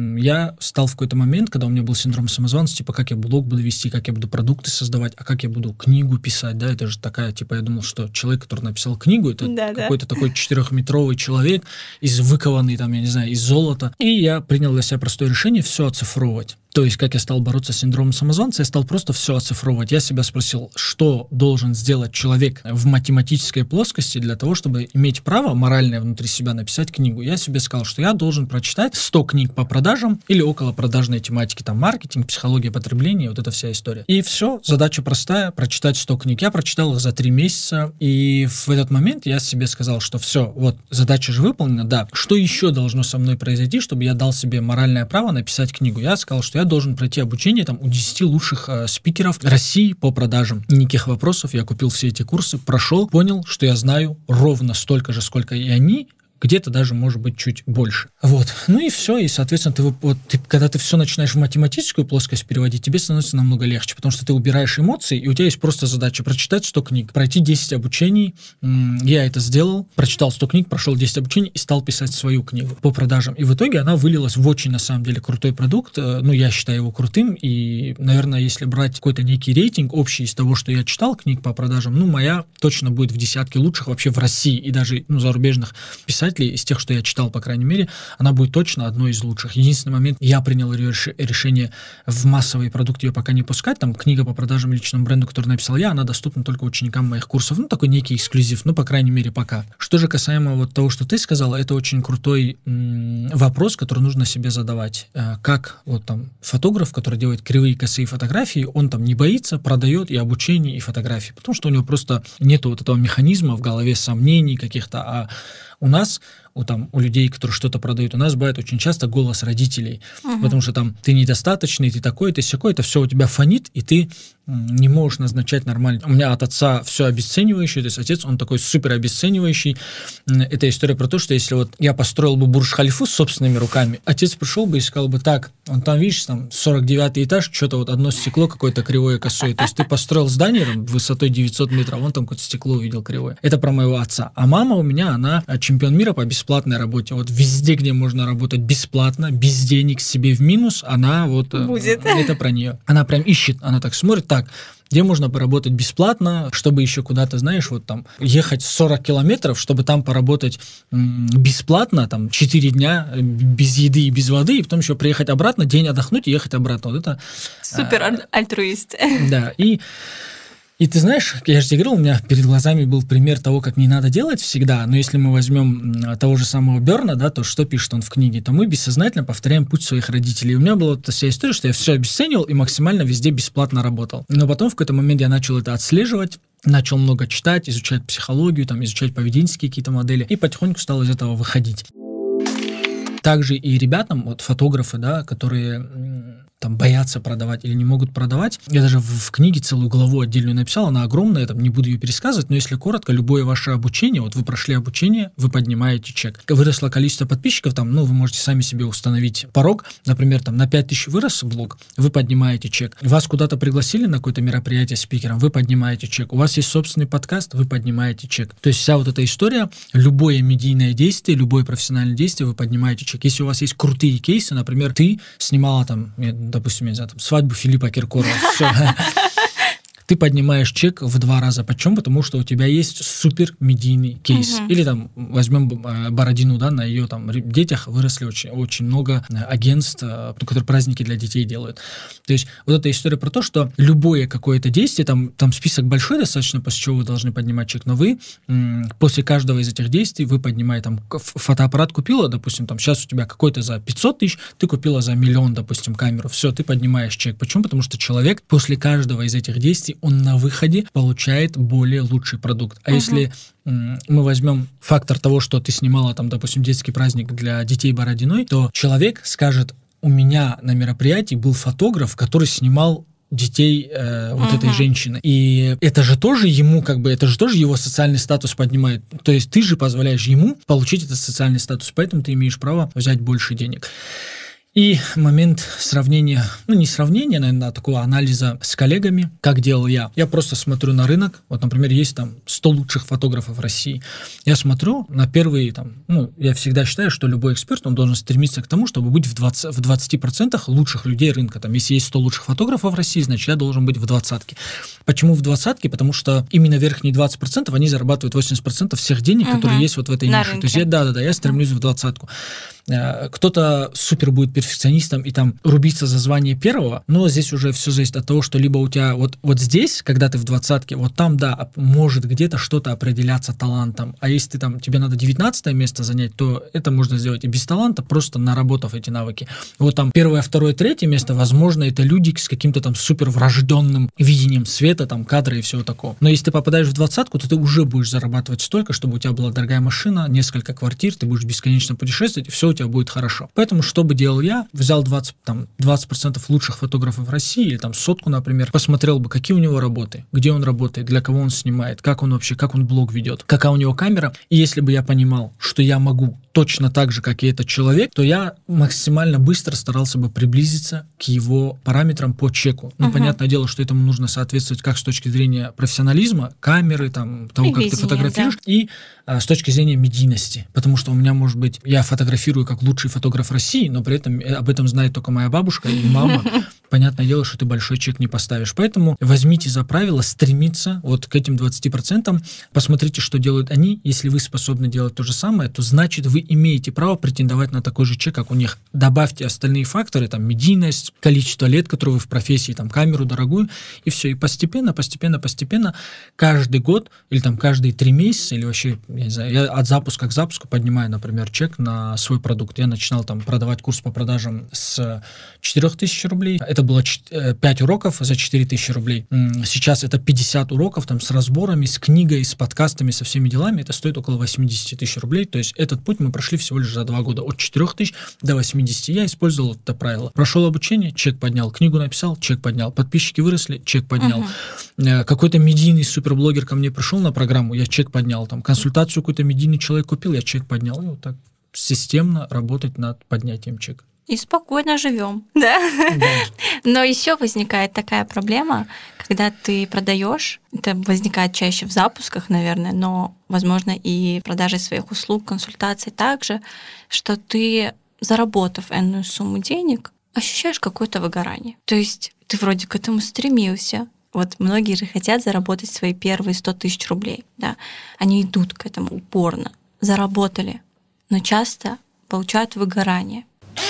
я стал в какой-то момент, когда у меня был синдром самозванца, типа, как я блог буду вести, как я буду продукты создавать, а как я буду книгу писать, да, это же такая, типа, я думал, что человек, который написал книгу, это какой-то такой 4-метровый человек, выкованный, там, я не знаю, из золота. И я принял для себя простое решение все оцифровывать. То есть, как я стал бороться с синдромом самозванца, я стал просто все оцифровывать. Я себя спросил, что должен сделать человек в математической плоскости для того, чтобы иметь право моральное внутри себя написать книгу. Я себе сказал, что я должен прочитать 100 книг по продажам или около продажной тематики, там маркетинг, психология потребления, вот эта вся история. И все, задача простая, прочитать 100 книг. Я прочитал их за 3 месяца, и в этот момент я себе сказал, что все, вот задача же выполнена, да. Что еще должно со мной произойти, чтобы я дал себе моральное право написать книгу? Я сказал, что я должен пройти обучение там у 10 лучших спикеров России по продажам. Никаких вопросов, я купил все эти курсы, прошел, понял, что я знаю ровно столько же, сколько и они, где-то даже, может быть, чуть больше. Вот. Ну и все. И, соответственно, когда ты все начинаешь в математическую плоскость переводить, тебе становится намного легче, потому что ты убираешь эмоции, и у тебя есть просто задача прочитать 100 книг, пройти 10 обучений. Я это сделал, прочитал 100 книг, прошел 10 обучений и стал писать свою книгу по продажам. И в итоге она вылилась в очень, на самом деле, крутой продукт. Ну, я считаю его крутым, и, наверное, если брать какой-то некий рейтинг общий из того, что я читал книг по продажам, ну, моя точно будет в десятке лучших вообще в России и даже, зарубежных писателей, из тех, что я читал, по крайней мере, она будет точно одной из лучших. Единственный момент, я принял решение в массовый продукт ее пока не пускать. Там книга по продажам личному бренду, которую написал я, она доступна только ученикам моих курсов. Ну, такой некий эксклюзив, ну, по крайней мере, пока. Что же касаемо вот того, что ты сказала, это очень крутой вопрос, который нужно себе задавать. Как вот там фотограф, который делает кривые, косые фотографии, он там не боится, продает и обучение, и фотографии, потому что у него просто нету вот этого механизма в голове сомнений каких-то, а у нас у людей, которые что-то продают, у нас бывает очень часто голос родителей, потому что там ты недостаточный, ты такой, ты сякой, это все у тебя фонит, и ты не можешь назначать нормально. У меня от отца все обесценивающее, то есть отец, он такой супер обесценивающий. Это история про то, что если вот я построил бы Бурдж-Халифу с собственными руками, отец пришел бы и сказал бы, так, он там, видишь, там 49-й этаж, что-то вот одно стекло какое-то кривое, косое. То есть ты построил здание там, высотой 900 метров, он там какое-то стекло увидел кривое. Это про моего отца. А мама у меня, она чемпион мира по бесплатной работе. Вот везде, где можно работать бесплатно, без денег, себе в минус, она вот... Будет. Это про нее. Она прям ищет, она так смотрит, так, где можно поработать бесплатно, чтобы еще куда-то, знаешь, вот там ехать 40 километров, чтобы там поработать бесплатно, там 4 дня без еды и без воды, и потом еще приехать обратно, день отдохнуть и ехать обратно. Вот это... Супер альтруист. Да, и ты знаешь, я же тебе говорил, у меня перед глазами был пример того, как не надо делать всегда, но если мы возьмем того же самого Берна, да, то что пишет он в книге, то мы бессознательно повторяем путь своих родителей. И у меня была вот вся история, что я все обесценивал и максимально везде бесплатно работал. Но потом в какой-то момент я начал это отслеживать, начал много читать, изучать психологию, там, изучать поведенческие какие-то модели, и потихоньку стал из этого выходить. Также и ребятам, вот фотографы, да, которые там боятся продавать или не могут продавать. Я даже в книге целую главу отдельную написал, она огромная, я там не буду ее пересказывать, но если коротко, любое ваше обучение, вот вы прошли обучение, вы поднимаете чек. Выросло количество подписчиков, там, вы можете сами себе установить порог, например, там на 5000 вырос блог, вы поднимаете чек. Вас куда-то пригласили на какое-то мероприятие спикером, вы поднимаете чек. У вас есть собственный подкаст, вы поднимаете чек. То есть вся вот эта история, любое медийное действие, любое профессиональное действие, вы поднимаете чек. Если у вас есть крутые кейсы, например, ты снимала там, допустим, я не знаю, там, свадьбу Филиппа Киркорова, все. Ты поднимаешь чек в 2 раза. Почему? Потому что у тебя есть супер медийный кейс. Или там возьмем Бородину, да, на ее там детях выросли очень много агентств, которые праздники для детей делают. То есть вот эта история про то, что любое какое-то действие, там список большой достаточно, после чего вы должны поднимать чек, но вы после каждого из этих действий вы поднимаете, там, фотоаппарат купила, допустим, там сейчас у тебя какой-то за 500 тысяч, ты купила за 1 миллион, допустим, камеру. Все, ты поднимаешь чек. Почему? Потому что человек после каждого из этих действий он на выходе получает более лучший продукт. А если мы возьмем фактор того, что ты снимала там, допустим, детский праздник для детей Бородиной, то человек скажет, у меня на мероприятии был фотограф, который снимал детей вот этой женщины. И это же тоже ему, это же тоже его социальный статус поднимает. То есть ты же позволяешь ему получить этот социальный статус, поэтому ты имеешь право взять больше денег. И момент сравнения, не сравнения, наверное, а такого анализа с коллегами, как делал я. Я просто смотрю на рынок, вот, например, есть там 100 лучших фотографов в России. Я смотрю на первые, я всегда считаю, что любой эксперт, он должен стремиться к тому, чтобы быть в 20% лучших людей рынка. Там, если есть 100 лучших фотографов в России, значит, я должен быть в 20-ке. Почему в 20-ке? Потому что именно верхние 20% они зарабатывают 80% всех денег, которые есть вот в этой нише. То есть я стремлюсь в 20-ку. Кто-то супер будет перфекционистом и там рубиться за звание первого, но здесь уже все зависит от того, что либо у тебя вот здесь, когда ты в 20-ке, вот там, да, может где-то что-то определяться талантом, а если ты там, тебе надо 19 место занять, то это можно сделать и без таланта, просто наработав эти навыки. Вот там 1, 2, 3 место, возможно, это люди с каким-то там супер врожденным видением света, там, кадра и всего такого. Но если ты попадаешь в 20-ку, то ты уже будешь зарабатывать столько, чтобы у тебя была дорогая машина, несколько квартир, ты будешь бесконечно путешествовать, и все у тебя будет хорошо. Поэтому что бы делал я? Взял 20% лучших фотографов в России, или там 100, например, посмотрел бы, какие у него работы, где он работает, для кого он снимает, как он блог ведет, какая у него камера. И если бы я понимал, что я могу точно так же, как и этот человек, то я максимально быстро старался бы приблизиться к его параметрам по чеку. Понятное дело, что этому нужно соответствовать как с точки зрения профессионализма, камеры, там, того, как ты фотографируешь, да. И с точки зрения медийности. Потому что у меня, может быть, я фотографирую как лучший фотограф России, но при этом об этом знает только моя бабушка и мама. Понятное дело, что ты большой чек не поставишь. Поэтому возьмите за правило стремиться вот к этим 20%, посмотрите, что делают они. Если вы способны делать то же самое, то значит вы имеете право претендовать на такой же чек, как у них. Добавьте остальные факторы, там, медийность, количество лет, которые вы в профессии, там, камеру дорогую, и все. И постепенно, каждый год или там каждые 3 месяца, или вообще, я не знаю, я от запуска к запуску поднимаю, например, чек на свой продукт. Я начинал там продавать курс по продажам с 4000 рублей. Это было 5 уроков за 4000 рублей. Сейчас это 50 уроков там, с разборами, с книгой, с подкастами, со всеми делами. Это стоит около 80 000 рублей. То есть этот путь мы прошли всего лишь за 2 года. От 4000 до 80 я использовал это правило. Прошел обучение, чек поднял. Книгу написал, чек поднял. Подписчики выросли, чек поднял. Какой-то медийный суперблогер ко мне пришел на программу, я чек поднял. Там консультацию какой-то медийный человек купил, я чек поднял. И вот так системно работать над поднятием чека. И спокойно живем, да? Но еще возникает такая проблема, когда ты продаешь, это возникает чаще в запусках, наверное, но, возможно, и в продаже своих услуг, консультаций также, что ты, заработав энную сумму денег, ощущаешь какое-то выгорание. То есть ты вроде к этому стремился. Вот многие же хотят заработать свои первые 100 тысяч рублей, да? Они идут к этому упорно, заработали, но часто получают выгорание.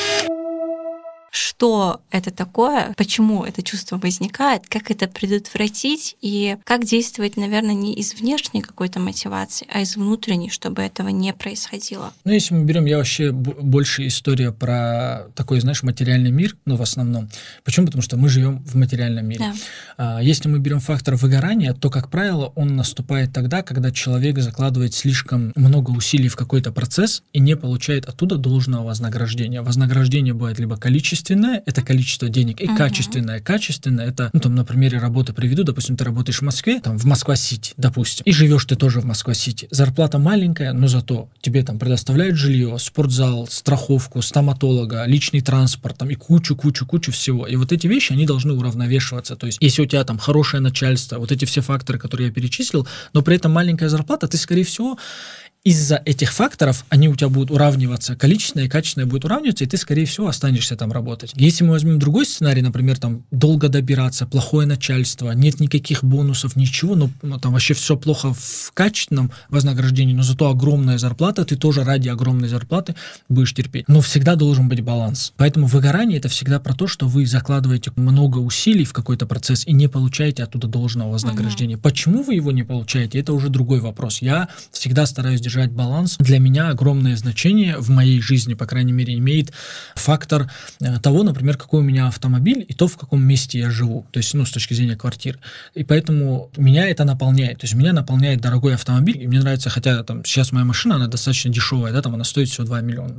Что это такое, почему это чувство возникает, как это предотвратить и как действовать, наверное, не из внешней какой-то мотивации, а из внутренней, чтобы этого не происходило. Ну, если мы берем, я вообще больше история про такой, знаешь, материальный мир, в основном. Почему? Потому что мы живем в материальном мире. Да. Если мы берем фактор выгорания, то, как правило, он наступает тогда, когда человек закладывает слишком много усилий в какой-то процесс и не получает оттуда должного вознаграждения. Вознаграждение бывает либо количественное, это количество денег, и качественное. Качественное это, на примере работы приведу, допустим, ты работаешь в Москве, в Москва-Сити, допустим, и живешь ты тоже в Москва-Сити. Зарплата маленькая, но зато тебе предоставляют жилье, спортзал, страховку, стоматолога, личный транспорт, и кучу всего. И вот эти вещи, они должны уравновешиваться. То есть, если у тебя хорошее начальство, вот эти все факторы, которые я перечислил, но при этом маленькая зарплата, ты, скорее всего, из-за этих факторов они у тебя будут уравниваться, количественное и качественное будет уравниваться, и ты, скорее всего, останешься там работать. Если мы возьмем другой сценарий, например, долго добираться, плохое начальство, нет никаких бонусов, ничего, но там вообще все плохо в качественном вознаграждении, но зато огромная зарплата, ты тоже ради огромной зарплаты будешь терпеть. Но всегда должен быть баланс. Поэтому выгорание — это всегда про то, что вы закладываете много усилий в какой-то процесс и не получаете оттуда должного вознаграждения. Почему вы его не получаете, это уже другой вопрос. Я всегда стараюсь держать баланс. Для меня огромное значение в моей жизни, по крайней мере, имеет фактор того, например, какой у меня автомобиль и то, в каком месте я живу, то есть, с точки зрения квартир. И поэтому меня это наполняет. То есть меня наполняет дорогой автомобиль, и мне нравится, хотя сейчас моя машина, она достаточно дешевая, да, она стоит всего 2 миллиона,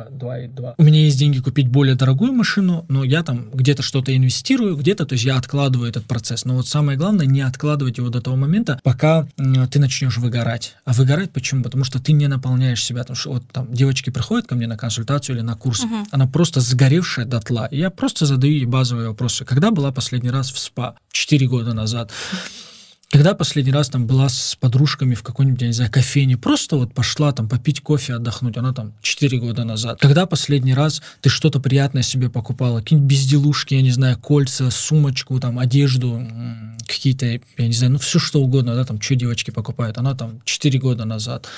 2,2. У меня есть деньги купить более дорогую машину, но я где-то что-то инвестирую, то есть я откладываю этот процесс. Но вот самое главное, не откладывать его до того момента, пока ты начнешь выгорать. А выгорать почему? Потому что ты не наполняешь себя. Потому что девочки приходят ко мне на консультацию или на курс, она просто сгоревшая дотла. И я просто задаю ей базовые вопросы. Когда была последний раз в спа? 4 года назад. Когда последний раз была с подружками в какой-нибудь, я не знаю, кофейне, просто пошла попить кофе, отдохнуть, она 4 года назад. Когда последний раз ты что-то приятное себе покупала, какие-нибудь безделушки, я не знаю, кольца, сумочку, одежду, какие-то, я не знаю, все что угодно, да, что девочки покупают, она 4 года назад.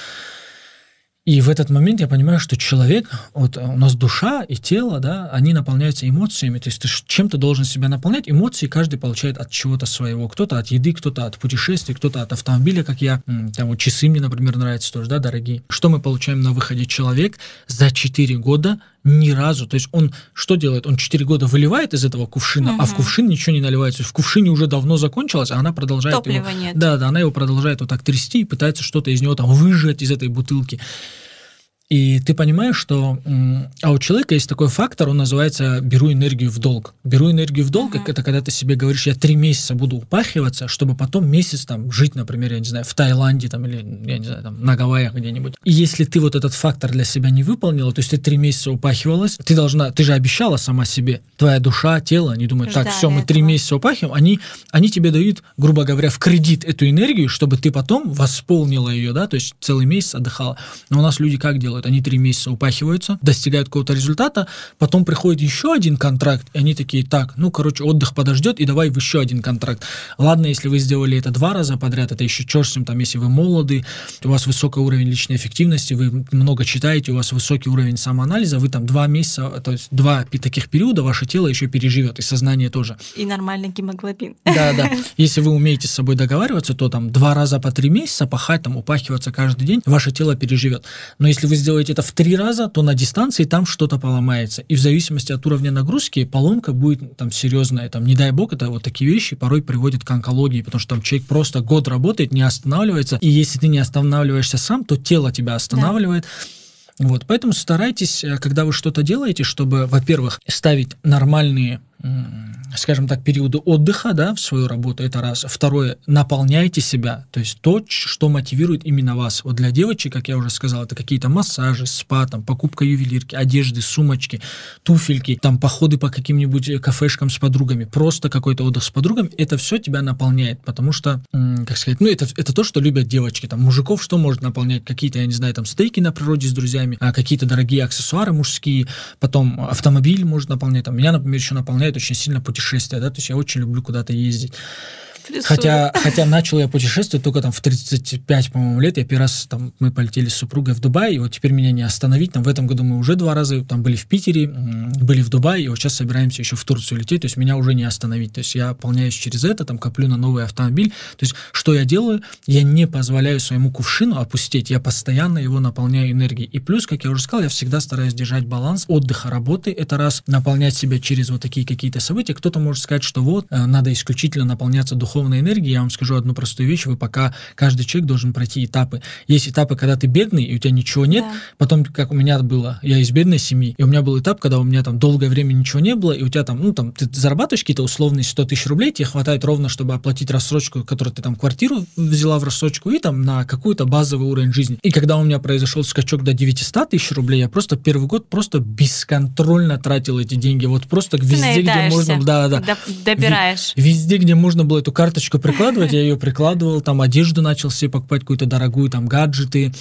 И в этот момент я понимаю, что человек, у нас душа и тело, да, они наполняются эмоциями, то есть ты чем-то должен себя наполнять, эмоции каждый получает от чего-то своего, кто-то от еды, кто-то от путешествий, кто-то от автомобиля, как я, часы мне, например, нравятся тоже, да, дорогие. Что мы получаем на выходе? Человек за 4 года ни разу, то есть он что делает? Он 4 года выливает из этого кувшина, а в кувшин ничего не наливается, то есть в кувшине уже давно закончилось, а она продолжает топлива его... нет. Да, она его продолжает так трясти и пытается что-то из него выжать из этой бутылки. И ты понимаешь, что... А у человека есть такой фактор, он называется «беру энергию в долг». «Беру энергию в долг» это когда ты себе говоришь, я 3 месяца буду упахиваться, чтобы потом месяц жить, например, я не знаю, в Таиланде или, я не знаю, на Гавайях где-нибудь. И если ты этот фактор для себя не выполнила, то есть ты 3 месяца упахивалась, ты же обещала сама себе, твоя душа, тело, они думают, так, все, мы 3 месяца упахиваем, они тебе дают, грубо говоря, в кредит эту энергию, чтобы ты потом восполнила ее, да, то есть целый месяц отдыхала. Но у нас люди как делают? Они 3 месяца упахиваются, достигают какого-то результата, потом приходит еще один контракт, и они такие, отдых подождет, и давай в еще один контракт. Ладно, если вы сделали это 2 раза подряд, это еще черт с ним, если вы молоды, у вас высокий уровень личной эффективности, вы много читаете, у вас высокий уровень самоанализа, вы 2 месяца, то есть 2 таких периода ваше тело еще переживет, и сознание тоже. И нормальный гемоглобин. Да. Если вы умеете с собой договариваться, то 2 раза по 3 месяца пахать, упахиваться каждый день, ваше тело переживет. Но если вы сделаете это в 3 раза, то на дистанции там что-то поломается. И в зависимости от уровня нагрузки поломка будет серьезная. Не дай бог, это такие вещи порой приводят к онкологии, потому что человек просто год работает, не останавливается. И если ты не останавливаешься сам, то тело тебя останавливает. Вот, поэтому старайтесь, когда вы что-то делаете, чтобы, во-первых, ставить нормальные, скажем так, периоды отдыха, да, в свою работу, это раз. Второе, наполняйте себя, то есть то, что мотивирует именно вас. Вот для девочек, как я уже сказал, это какие-то массажи, спа, там, покупка ювелирки, одежды, сумочки, туфельки, там, походы по каким-нибудь кафешкам с подругами, просто какой-то отдых с подругами, это все тебя наполняет, потому что, как сказать, это то, что любят девочки, там, мужиков что может наполнять? Какие-то, я не знаю, там, стейки на природе с друзьями, какие-то дорогие аксессуары мужские, потом автомобиль может наполнять, там, меня, например, еще наполняет очень сильно путешествия, да, то есть я очень люблю куда-то ездить. Хотя начал я путешествовать только там в 35, по-моему, лет. Я первый раз, там, мы полетели с супругой в Дубай, и вот теперь меня не остановить. Там в этом году мы уже 2 раза там были в Питере, были в Дубае, и вот сейчас собираемся еще в Турцию лететь, то есть меня уже не остановить. То есть я полняюсь через это, там, коплю на новый автомобиль. То есть что я делаю? Я не позволяю своему кувшину опустить, я постоянно его наполняю энергией. И плюс, как я уже сказал, я всегда стараюсь держать баланс отдыха, работы. Это раз, наполнять себя через вот такие какие-то события. Кто-то может сказать, что вот, надо исключительно наполняться духовной энергии. Я вам скажу одну простую вещь: вы пока, каждый человек должен пройти этапы. Есть этапы, когда ты бедный, и у тебя ничего нет, потом, как у меня было, я из бедной семьи, и у меня был этап, когда у меня там долгое время ничего не было, и у тебя там, ну, там, ты зарабатываешь какие-то условные 100 тысяч рублей, тебе хватает ровно, чтобы оплатить рассрочку, которую ты там квартиру взяла в рассрочку, и там на какой-то базовый уровень жизни. И когда у меня произошел скачок до 900 тысяч рублей, я просто первый год просто бесконтрольно тратил эти деньги, вот просто везде, где можно, добираешь. Везде, где можно было эту карточку прикладывать, я ее прикладывал, там одежду начал себе покупать какую-то дорогую, там гаджеты,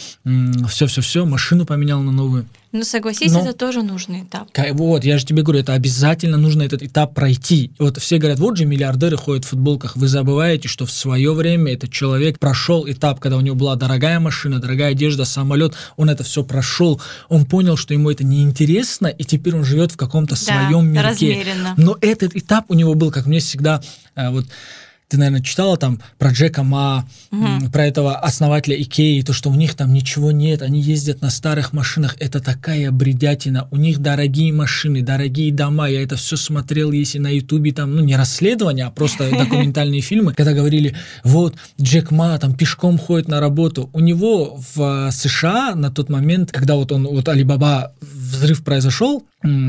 все, машину поменял на новую. Ну, согласись, это тоже нужный этап. Вот, я же тебе говорю, это обязательно нужно этот этап пройти. Вот все говорят, вот же миллиардеры ходят в футболках. Вы забываете, что в свое время этот человек прошел этап, когда у него была дорогая машина, дорогая одежда, самолет, он это все прошел, он понял, что ему это неинтересно, и теперь он живет в каком-то своем мирке. Размеренно. Но этот этап у него был, как мне всегда, вот, ты, наверное, читала там про Джека Ма, про этого основателя Икеи, то, что у них там ничего нет, они ездят на старых машинах, это такая бредятина, у них дорогие машины, дорогие дома, я это все смотрел, если на Ютубе там, ну, не расследования, а просто документальные фильмы, когда говорили, вот, Джек Ма там пешком ходит на работу, у него в США на тот момент, когда вот он, вот Алибаба, взрыв произошел,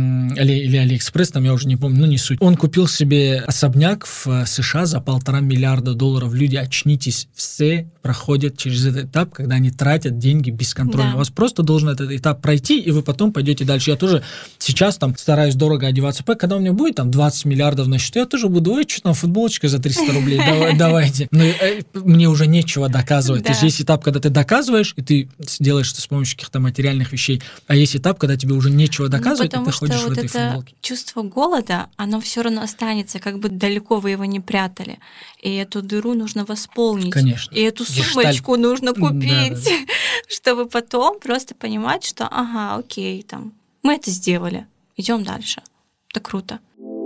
или Алиэкспресс, там я уже не помню, ну не суть. Он купил себе особняк в США за $1,5 миллиарда. Люди, очнитесь, все проходят через этот этап, когда они тратят деньги бесконтрольно. У вас просто должен этот этап пройти, и вы потом пойдете дальше. Я тоже сейчас там стараюсь дорого одеваться. Когда у меня будет там 20 миллиардов на счету, я тоже буду, ой, что там, футболочка за 300 рублей, давайте. Но мне уже нечего доказывать. То есть есть этап, когда ты доказываешь, и ты делаешь это с помощью каких-то материальных вещей, а есть этап, когда тебе уже нечего доказывать, потому что вот это чувство голода, оно все равно останется, как бы далеко вы его не прятали. И эту дыру нужно восполнить. Конечно. И эту сумочку нужно купить, чтобы потом просто понимать, что ага, окей, там, мы это сделали, идем дальше. Это круто.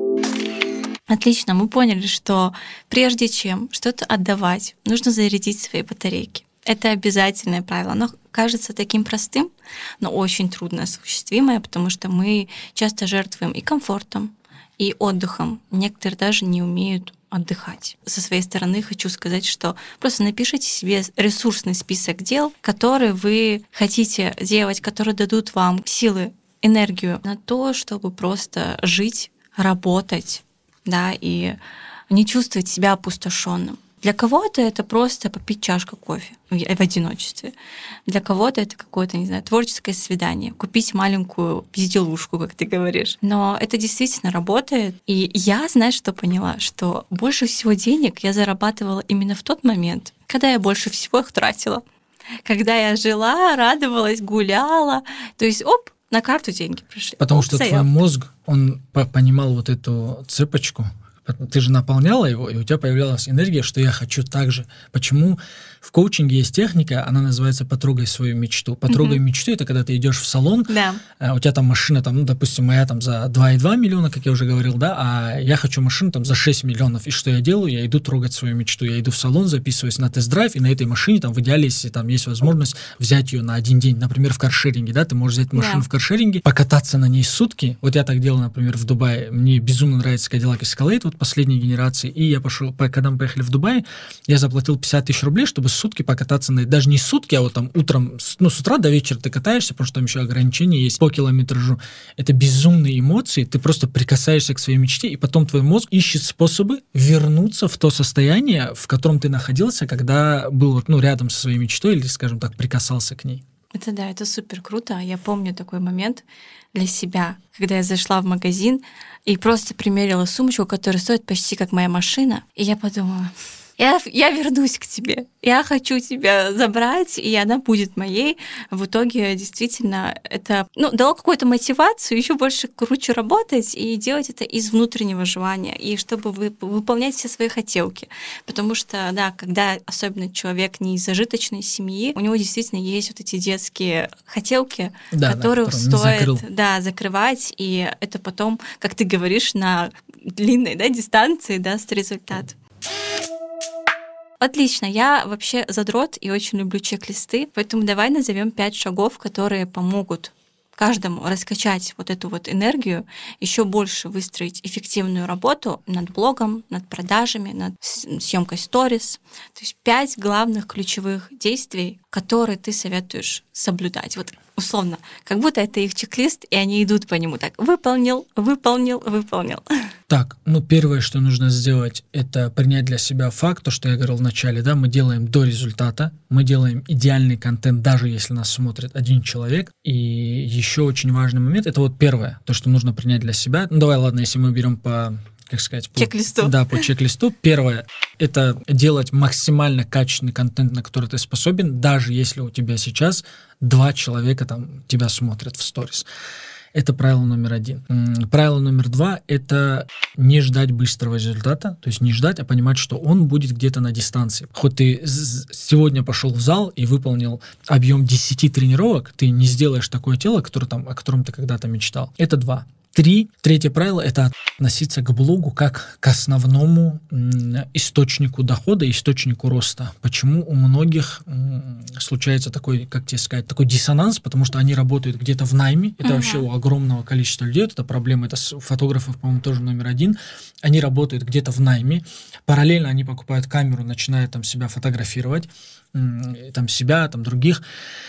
Отлично, мы поняли, что прежде чем что-то отдавать, нужно зарядить свои батарейки. Это обязательное правило. Оно кажется таким простым, но очень трудно осуществимое, потому что мы часто жертвуем и комфортом, и отдыхом. Некоторые даже не умеют отдыхать. Со своей стороны хочу сказать, что просто напишите себе ресурсный список дел, которые вы хотите делать, которые дадут вам силы, энергию на то, чтобы просто жить, работать, да, и не чувствовать себя опустошенным. Для кого-то это просто попить чашку кофе в одиночестве. Для кого-то это какое-то, не знаю, творческое свидание, купить маленькую безделушку, как ты говоришь. Но это действительно работает. И я, знаешь, что поняла? Что больше всего денег я зарабатывала именно в тот момент, когда я больше всего их тратила. Когда я жила, радовалась, гуляла. То есть, на карту деньги пришли. Потому что твой мозг, он понимал вот эту цепочку. Ты же наполняла его, и у тебя появлялась энергия, что я хочу так же. Почему? В коучинге есть техника, она называется «потрогай свою мечту». «Потрогай мечту» — это когда ты идешь в салон, у тебя там машина, там, ну, допустим, моя там за 2,2 миллиона, как я уже говорил, да, а я хочу машину там за 6 миллионов. И что я делаю? Я иду трогать свою мечту. Я иду в салон, записываюсь на тест-драйв, и на этой машине, там, в идеале, если там есть возможность взять ее на один день, например, в каршеринге, да, ты можешь взять машину в каршеринге, покататься на ней сутки. Вот я так делал, например, в Дубае. Мне безумно нравится Cadillac Escalade, вот последней генерации, и я пошел, когда мы поехали в Дубай, я заплатил 50 тысяч рублей, чтобы сутки покататься, даже не сутки, а вот там утром, с утра до вечера ты катаешься, потому что там еще ограничения есть по километражу. Это безумные эмоции, ты просто прикасаешься к своей мечте, и потом твой мозг ищет способы вернуться в то состояние, в котором ты находился, когда был рядом со своей мечтой или, скажем так, прикасался к ней. Это супер круто. Я помню такой момент для себя, когда я зашла в магазин и просто примерила сумочку, которая стоит почти как моя машина, и я подумала: я вернусь к тебе, я хочу тебя забрать, и она будет моей. В итоге действительно это дало какую-то мотивацию еще больше круче работать и делать это из внутреннего желания, и чтобы выполнять все свои хотелки. Потому что, да, когда особенно человек не из зажиточной семьи, у него действительно есть вот эти детские хотелки, которые стоит закрывать, и это потом, как ты говоришь, на длинной дистанции даст результат. Отлично, я вообще задрот и очень люблю чек-листы, поэтому давай назовем 5 шагов, которые помогут каждому раскачать вот эту вот энергию, еще больше выстроить эффективную работу над блогом, над продажами, над съемкой сторис. То есть 5 главных ключевых действий, которые ты советуешь соблюдать. Вот условно, как будто это их чек-лист, и они идут по нему так: выполнил. Так, первое, что нужно сделать, это принять для себя факт, то, что я говорил в начале, мы делаем до результата, мы делаем идеальный контент, даже если нас смотрит один человек. И еще очень важный момент, это вот первое, то, что нужно принять для себя. Давай, ладно, если мы берем по чек-листу. Да, по чек-листу. Первое — это делать максимально качественный контент, на который ты способен, даже если у тебя сейчас 2 человека тебя смотрят в сторис. Это правило номер 1. Правило номер 2 — это не ждать быстрого результата, то есть не ждать, а понимать, что он будет где-то на дистанции. Хоть ты сегодня пошел в зал и выполнил объем 10 тренировок, ты не сделаешь такое тело, о котором ты когда-то мечтал. Это 2. 3. Третье правило — это относиться к блогу как к основному источнику дохода, источнику роста. Почему у многих случается такой, как тебе сказать, такой диссонанс? Потому что они работают где-то в найме. Это вообще у огромного количества людей. Это проблема. Это фотографов, по-моему, тоже номер 1. Они работают где-то в найме. Параллельно они покупают камеру, начинают себя фотографировать. Себя, других.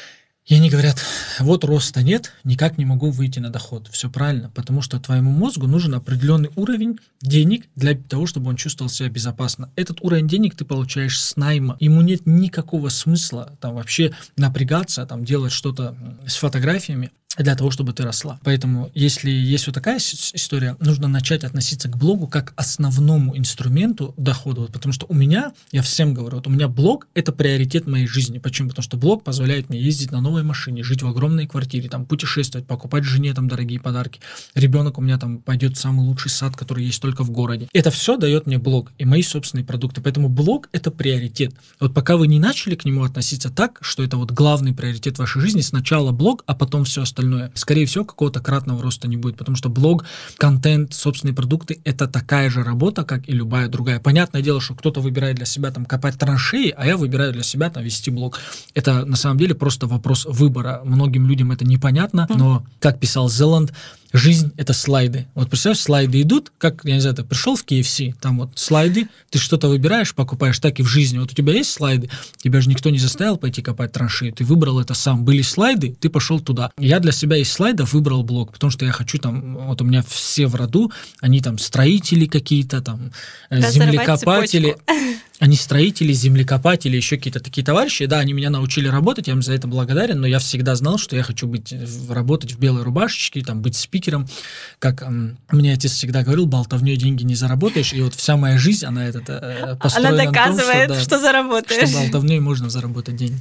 И они говорят: вот роста нет, никак не могу выйти на доход. Все правильно, потому что твоему мозгу нужен определенный уровень денег для того, чтобы он чувствовал себя безопасно. Этот уровень денег ты получаешь с найма. Ему нет никакого смысла вообще напрягаться, делать что-то с фотографиями для того, чтобы ты росла. Поэтому, если есть вот такая история, нужно начать относиться к блогу как к основному инструменту дохода. Потому что я всем говорю, у меня блог — это приоритет моей жизни. Почему? Потому что блог позволяет мне ездить на новой машине, жить в огромной квартире, путешествовать, покупать жене дорогие подарки. Ребенок у меня пойдет в самый лучший сад, который есть только в городе. Это все дает мне блог и мои собственные продукты. Поэтому блог — это приоритет. Вот пока вы не начали к нему относиться так, что это главный приоритет вашей жизни, сначала блог, а потом все остальное, скорее всего, какого-то кратного роста не будет, потому что блог, контент, собственные продукты — это такая же работа, как и любая другая. Понятное дело, что кто-то выбирает для себя копать траншеи, а я выбираю для себя вести блог. Это на самом деле просто вопрос выбора. Многим людям это непонятно, но, как писал Зеланд, жизнь — это слайды. Вот представь, слайды идут, как, я не знаю, ты пришел в KFC, слайды, ты что-то выбираешь, покупаешь, так и в жизни. Вот у тебя есть слайды, тебя же никто не заставил пойти копать траншеи, ты выбрал это сам. Были слайды, ты пошел туда. Я для себя из слайдов выбрал блог, потому что я хочу у меня все в роду, они строители какие-то, землекопатели. Они строители, землекопатели, еще какие-то такие товарищи. Да, они меня научили работать, я им за это благодарен, но я всегда знал, что я хочу работать в белой рубашечке, быть спикером. Как мне отец всегда говорил, болтовней деньги не заработаешь. И вот вся моя жизнь, она построена она доказывает, на том, что заработаешь. Что болтовней можно заработать деньги.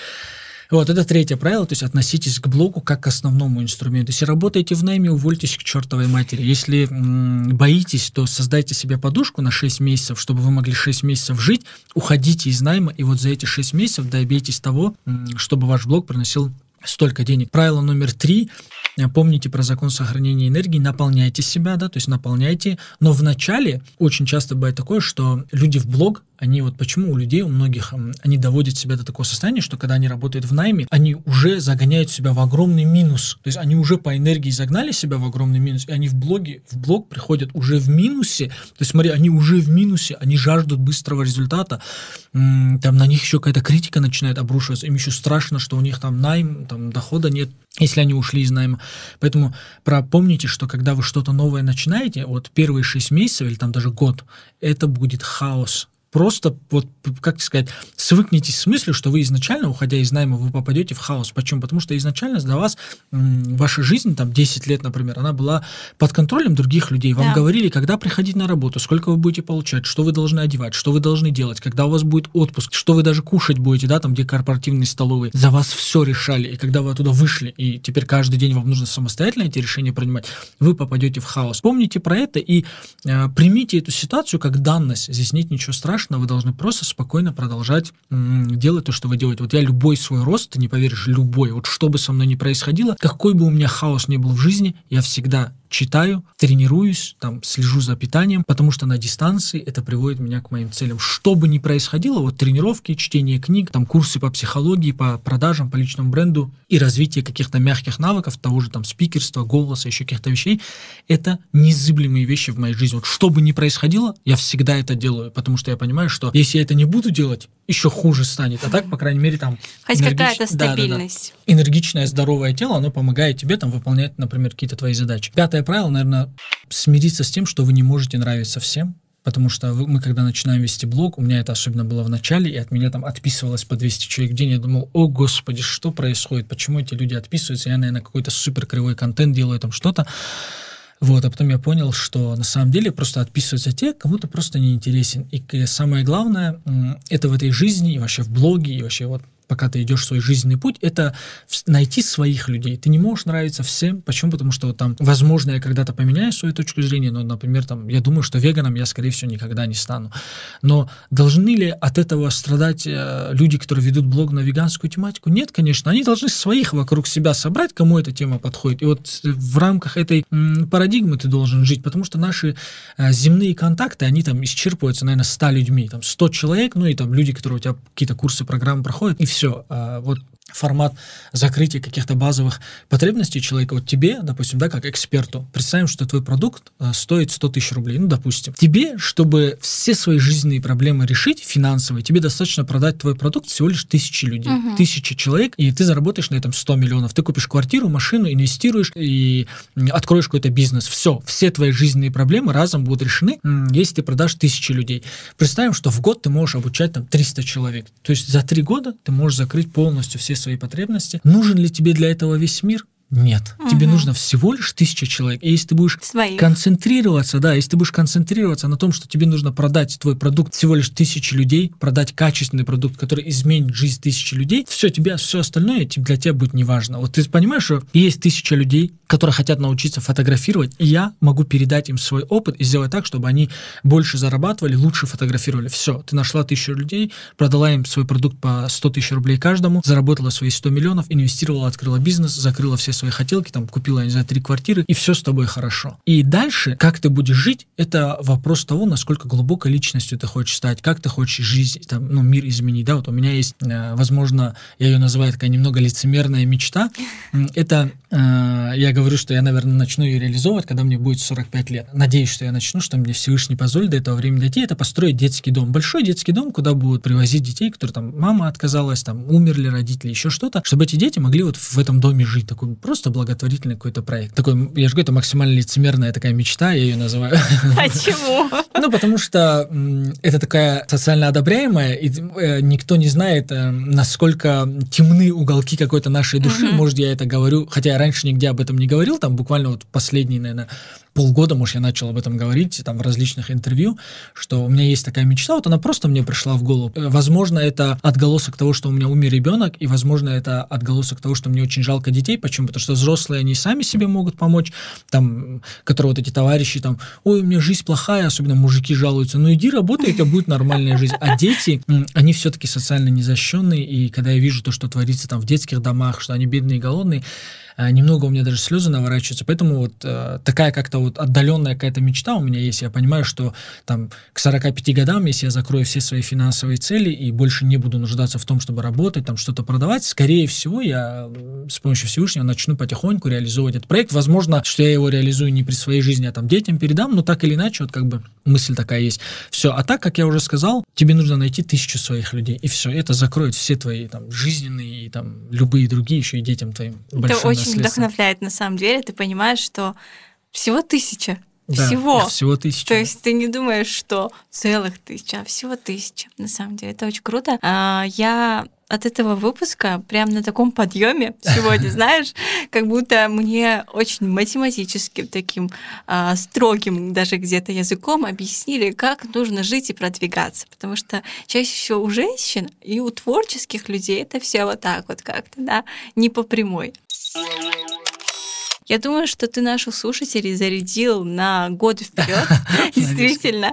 Вот, это третье правило, то есть относитесь к блогу как к основному инструменту. Если работаете в найме, увольтесь к чертовой матери. Если боитесь, то создайте себе подушку на 6 месяцев, чтобы вы могли 6 месяцев жить, уходите из найма, и вот за эти 6 месяцев добейтесь того, чтобы ваш блог приносил столько денег. Правило номер 3. Помните про закон сохранения энергии, наполняйте себя, да, то есть наполняйте, но вначале очень часто бывает такое, что люди в блог, они вот почему у людей, у многих, они доводят себя до такого состояния, что когда они работают в найме, они уже загоняют себя в огромный минус, то есть они уже по энергии загнали себя в огромный минус, и они в блог приходят уже в минусе, то есть смотри, они уже в минусе, они жаждут быстрого результата, там на них еще какая-то критика начинает обрушиваться, им еще страшно, что у них там найм, там дохода нет, если они ушли из найма. Поэтому помните, что когда вы что-то новое начинаете, вот первые 6 месяцев или там даже год, это будет хаос. Просто, вот, как сказать, свыкнитесь с мыслью, что вы изначально, уходя из найма, вы попадете в хаос. Почему? Потому что изначально для вас ваша жизнь, там, 10 лет, например, она была под контролем других людей. Вам говорили, когда приходить на работу, сколько вы будете получать, что вы должны одевать, что вы должны делать, когда у вас будет отпуск, что вы даже кушать будете, да, там, где корпоративные столовые. За вас все решали. И когда вы оттуда вышли, и теперь каждый день вам нужно самостоятельно эти решения принимать, вы попадете в хаос. Помните про это и примите эту ситуацию как данность. Здесь нет ничего страшного. Вы должны просто спокойно продолжать делать то, что вы делаете. Вот я любой свой рост, ты не поверишь, любой, вот что бы со мной ни происходило, какой бы у меня хаос ни был в жизни, я всегда читаю, тренируюсь, там, слежу за питанием, потому что на дистанции это приводит меня к моим целям. Что бы ни происходило, вот тренировки, чтение книг, там, курсы по психологии, по продажам, по личному бренду и развитие каких-то мягких навыков, того же там спикерства, голоса, еще каких-то вещей, это незыблемые вещи в моей жизни. Вот что бы ни происходило, я всегда это делаю, потому что я понимаю, что если я это не буду делать, еще хуже станет. А так, по крайней мере, там... Хоть какая-то стабильность. Да. Энергичное, здоровое тело, оно помогает тебе там выполнять, например, какие-то твои задачи. 5 правило, наверное, смириться с тем, что вы не можете нравиться всем, потому что мы, когда начинаем вести блог, у меня это особенно было в начале, и от меня там отписывалось по 200 человек в день, я думал, о господи, что происходит, почему эти люди отписываются, я, наверное, какой-то супер кривой контент делаю, там что-то. Вот, а потом я понял, что на самом деле просто отписываются те, кому ты просто не интересен. И самое главное, это в этой жизни, и вообще в блоге, и вообще вот пока ты идешь свой жизненный путь, это найти своих людей. Ты не можешь нравиться всем. Почему? Потому что вот там, возможно, я когда-то поменяю свою точку зрения, но, например, там, я думаю, что веганом я, скорее всего, никогда не стану. Но должны ли от этого страдать люди, которые ведут блог на веганскую тематику? Нет, конечно. Они должны своих вокруг себя собрать, кому эта тема подходит. И вот в рамках этой парадигмы ты должен жить, потому что наши земные контакты, они там исчерпываются, наверное, 100 людьми. Там 100 человек, ну и там люди, которые у тебя какие-то курсы, программы проходят, и все. Вот формат закрытия каких-то базовых потребностей человека. Вот тебе, допустим, да, как эксперту, представим, что твой продукт стоит 100 тысяч рублей, ну, допустим. Тебе, чтобы все свои жизненные проблемы решить, финансовые, тебе достаточно продать твой продукт всего лишь 1000 людей, 1000 человек, и ты заработаешь на этом 100 миллионов. Ты купишь квартиру, машину, инвестируешь и откроешь какой-то бизнес. Все твои жизненные проблемы разом будут решены, если ты продашь 1000 людей. Представим, что в год ты можешь обучать там 300 человек. То есть за 3 года ты можешь закрыть полностью все свои потребности. Нужен ли тебе для этого весь мир? Нет. Тебе нужно всего лишь 1000 человек. И если ты будешь концентрироваться, да, если ты будешь концентрироваться на том, что тебе нужно продать твой продукт всего лишь 1000 людей, продать качественный продукт, который изменит жизнь 1000 людей, все остальное для тебя будет неважно. Вот ты понимаешь, что есть 1000 людей, которые хотят научиться фотографировать, и я могу передать им свой опыт и сделать так, чтобы они больше зарабатывали, лучше фотографировали. Все, ты нашла 1000 людей, продала им свой продукт по 100 тысяч рублей каждому, заработала свои 100 миллионов, инвестировала, открыла бизнес, закрыла все свои хотелки, там, купила, я не знаю, 3 квартиры, и все с тобой хорошо. И дальше, как ты будешь жить, это вопрос того, насколько глубокой личностью ты хочешь стать, как ты хочешь жизнь, там, ну, мир изменить, да, вот у меня есть, возможно, я ее называю такая немного лицемерная мечта, это, я говорю, что я, наверное, начну ее реализовывать, когда мне будет 45 лет. Надеюсь, что я начну, что мне Всевышний позволит до этого времени дойти, это построить детский дом, большой детский дом, куда будут привозить детей, которые там, мама отказалась, там, умерли родители, еще что-то, чтобы эти дети могли вот в этом доме жить, такой просто благотворительный какой-то проект. Такой, я же говорю, это максимально лицемерная такая мечта, я ее называю. Почему? Ну, потому что это такая социально одобряемая, и никто не знает, насколько темны уголки какой-то нашей души. Может, я это говорю, хотя я раньше нигде об этом не говорил, там буквально вот последние, наверное, полгода, может, я начал об этом говорить там в различных интервью, что у меня есть такая мечта, вот она просто мне пришла в голову. Возможно, это отголосок того, что у меня умер ребенок, и, возможно, это отголосок того, что мне очень жалко детей. Почему? Потому что взрослые, они сами себе могут помочь, там, которые вот эти товарищи, там, ой, у меня жизнь плохая, особенно мужики жалуются, ну иди работай, у тебя будет нормальная жизнь. А дети, они все-таки социально незащищенные, и когда я вижу то, что творится там в детских домах, что они бедные и голодные, немного у меня даже слезы наворачиваются, поэтому вот такая как-то вот отдаленная какая-то мечта у меня есть. Я понимаю, что там к 45 годам, если я закрою все свои финансовые цели и больше не буду нуждаться в том, чтобы работать, там что-то продавать, скорее всего, я с помощью Всевышнего начну потихоньку реализовывать этот проект. Возможно, что я его реализую не при своей жизни, а там детям передам, но так или иначе, вот как бы мысль такая есть. Все. А так, как я уже сказал, тебе нужно найти 1000 своих людей, и все. Это закроет все твои там жизненные и там любые другие, еще и детям твоим большим наследством. Вдохновляет на самом деле. Ты понимаешь, что всего 1000. Да, всего 1000. То есть ты не думаешь, что целых 1000, а всего 1000. На самом деле это очень круто. Я от этого выпуска прям на таком подъеме сегодня, знаешь, как будто мне очень математическим таким строгим даже где-то языком объяснили, как нужно жить и продвигаться. Потому что чаще всего у женщин и у творческих людей это все вот так вот как-то, да, не по прямой. Я думаю, что ты наших слушателей зарядил на годы вперед, действительно.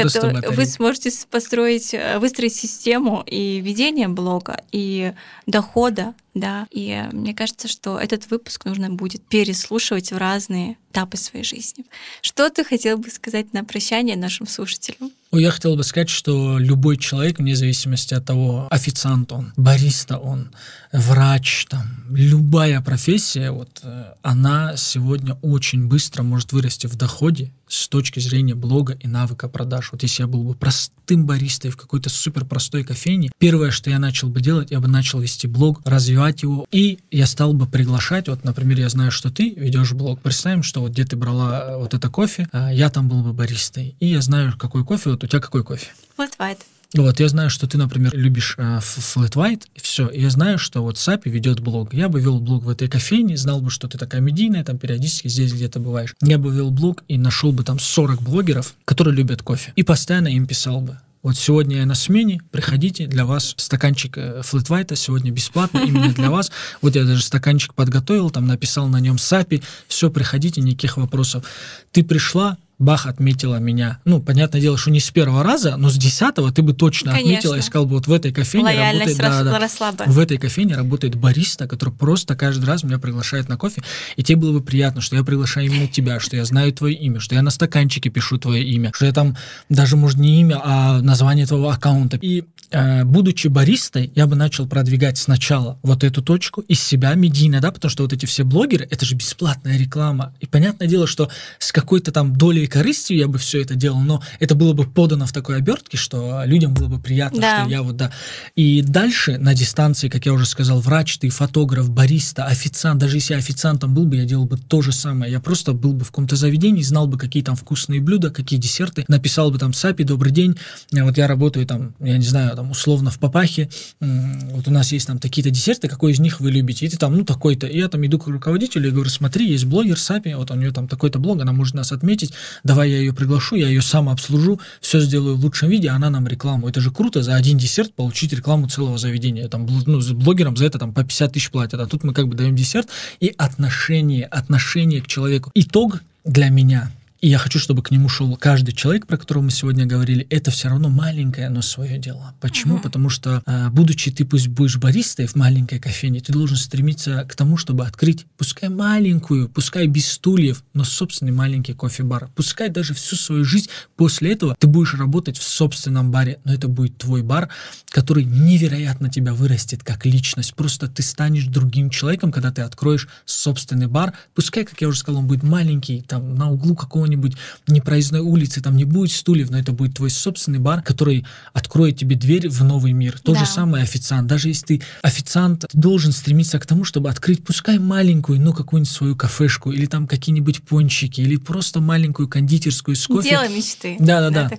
Вы сможете выстроить систему и ведения блога, и дохода, да. И мне кажется, что этот выпуск нужно будет переслушивать в разные этапы своей жизни. Что ты хотел бы сказать на прощание нашим слушателям? Я хотел бы сказать, что любой человек, вне зависимости от того, официант он, бариста он, врач, там, любая профессия, вот, она сегодня очень быстро может вырасти в доходе с точки зрения блога и навыка продаж. Вот если я был бы простым баристой в какой-то супер простой кофейне, первое, что я начал бы делать, я бы начал вести блог, развивать его, и я стал бы приглашать, вот, например, я знаю, что ты ведешь блог, представим, что вот где ты брала вот это кофе, я там был бы баристой, и я знаю, какой кофе, вот у тебя какой кофе? Flat White. Вот, я знаю, что ты, например, любишь Flat White, и все. И я знаю, что вот Сапи ведет блог. Я бы вел блог в этой кофейне, знал бы, что ты такая медийная, там периодически здесь где-то бываешь. Я бы вел блог и нашел бы там 40 блогеров, которые любят кофе. И постоянно им писал бы: вот сегодня я на смене, приходите, для вас стаканчик Flat White сегодня бесплатно, именно для вас. Вот я даже стаканчик подготовил, там написал на нем Сапи, все, приходите, никаких вопросов. Ты пришла, бах, отметила меня. Ну, понятное дело, что не с первого раза, но с 10-го ты бы точно отметила и сказала бы, вот в этой кофейне лояльность работает... в этой кофейне работает бариста, который просто каждый раз меня приглашает на кофе, и тебе было бы приятно, что я приглашаю именно тебя, что я знаю твое имя, что я на стаканчике пишу твое имя, что я там даже, может, не имя, а название твоего аккаунта. И будучи баристой, я бы начал продвигать сначала вот эту точку из себя медийно, да, потому что вот эти все блогеры, это же бесплатная реклама. И понятное дело, что с какой-то там долей корыстью я бы все это делал, но это было бы подано в такой обертке, что людям было бы приятно, да, что я вот, да. И дальше на дистанции, как я уже сказал, врач, ты, фотограф, бариста, официант, даже если я официантом был бы, я делал бы то же самое. Я просто был бы в каком-то заведении, знал бы, какие там вкусные блюда, какие десерты, написал бы там: Сапи, добрый день, вот я работаю там, я не знаю, там условно в Папахе, вот у нас есть там такие-то десерты, какой из них вы любите? И ты там, ну, такой-то. И я там иду к руководителю и говорю: смотри, есть блогер Сапи, вот у нее там такой-то блог, она может нас отметить, давай я ее приглашу, я ее сам обслужу, все сделаю в лучшем виде, она нам рекламу. Это же круто, за один десерт получить рекламу целого заведения. Там, ну, с блогером за это там по 50 тысяч платят, а тут мы как бы даем десерт и отношение к человеку. Итог для меня, и я хочу, чтобы к нему шел каждый человек, про которого мы сегодня говорили, это все равно маленькое, но свое дело. Почему? Потому что, будучи ты пусть будешь баристой в маленькой кофейне, ты должен стремиться к тому, чтобы открыть, пускай маленькую, пускай без стульев, но собственный маленький кофе-бар. Пускай даже всю свою жизнь после этого ты будешь работать в собственном баре, но это будет твой бар, который невероятно тебя вырастет как личность. Просто ты станешь другим человеком, когда ты откроешь собственный бар. Пускай, как я уже сказал, он будет маленький, там на углу какого-нибудь непроездной улицы, там не будет стульев, но это будет твой собственный бар, который откроет тебе дверь в новый мир. То же самое официант. Даже если ты официант, ты должен стремиться к тому, чтобы открыть, пускай маленькую, ну, какую-нибудь свою кафешку, или там какие-нибудь пончики, или просто маленькую кондитерскую с кофе. Дело мечты. Да. Такое.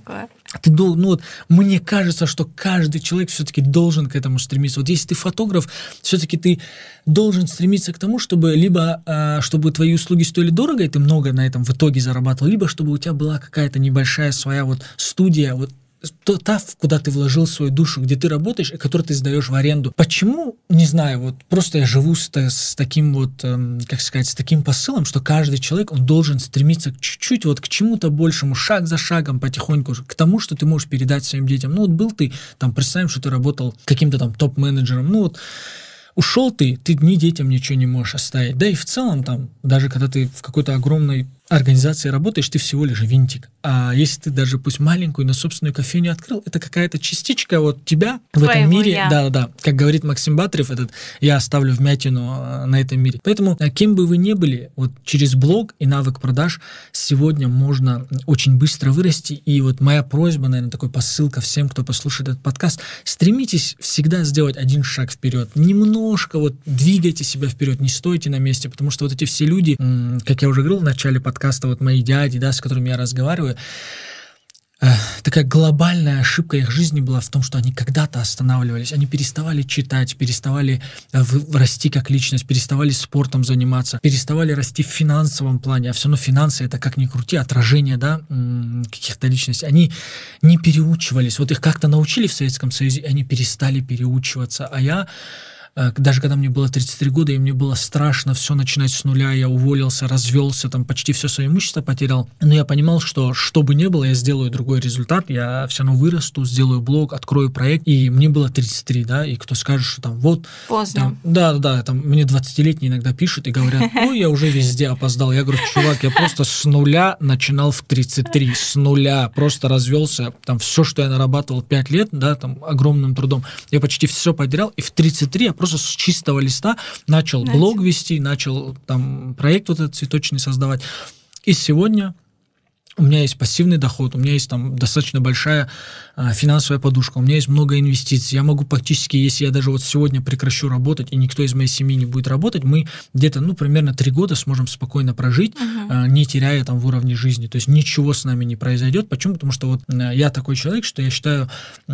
Ты должен, ну вот, мне кажется, что каждый человек все-таки должен к этому стремиться. Вот если ты фотограф, все-таки ты должен стремиться к тому, чтобы либо чтобы твои услуги стоили дорого, и ты много на этом в итоге зарабатывал, либо чтобы у тебя была какая-то небольшая своя вот студия, вот та, куда ты вложил свою душу, где ты работаешь, и которую ты сдаешь в аренду. Почему? Не знаю, вот просто я живу с таким вот, как сказать, с таким посылом, что каждый человек, он должен стремиться чуть-чуть вот к чему-то большему, шаг за шагом, потихоньку, к тому, что ты можешь передать своим детям. Ну вот был ты, там, представим, что ты работал каким-то там топ-менеджером, ну вот ушел ты ни детям ничего не можешь оставить. Да и в целом там, даже когда ты в какой-то огромной организации работаешь, ты всего лишь винтик. А если ты даже пусть маленькую, но собственную кофейню открыл, это какая-то частичка вот тебя в этом мире. Да. Как говорит Максим Батарев, я оставлю вмятину на этом мире. Поэтому, кем бы вы ни были, вот через блог и навык продаж сегодня можно очень быстро вырасти. И вот моя просьба, наверное, такой посыл ко всем, кто послушает этот подкаст, стремитесь всегда сделать один шаг вперед. Немножко вот двигайте себя вперед, не стойте на месте, потому что вот эти все люди, как я уже говорил в начале подкаста, вот мои дяди, да, с которыми я разговариваю, такая глобальная ошибка их жизни была в том, что они когда-то останавливались, они переставали читать, переставали расти как личность, переставали спортом заниматься, переставали расти в финансовом плане, а все равно финансы — это, как ни крути, отражение, да, каких-то личностей. Они не переучивались, вот их как-то научили в Советском Союзе, и они перестали переучиваться, а я даже когда мне было 33 года, и мне было страшно все начинать с нуля, я уволился, развелся, там почти все свое имущество потерял. Но я понимал, что бы ни было, я сделаю другой результат, я все равно вырасту, сделаю блог, открою проект. И мне было 33, да, и кто скажет, что там вот... Поздно. Да, там мне 20-летние иногда пишут и говорят, я уже везде опоздал. Я говорю, чувак, я просто с нуля начинал в 33, с нуля, просто развелся, там все, что я нарабатывал 5 лет, да, там огромным трудом, я почти все потерял, и в 33 я просто с чистого листа начал блог вести, начал там проект вот этот цветочный создавать. И сегодня у меня есть пассивный доход, у меня есть там достаточно большая финансовая подушка, у меня есть много инвестиций. Я могу практически, если я даже вот сегодня прекращу работать, и никто из моей семьи не будет работать, мы где-то, примерно 3 года сможем спокойно прожить, не теряя там в уровне жизни. То есть ничего с нами не произойдет. Почему? Потому что вот я такой человек, что я считаю,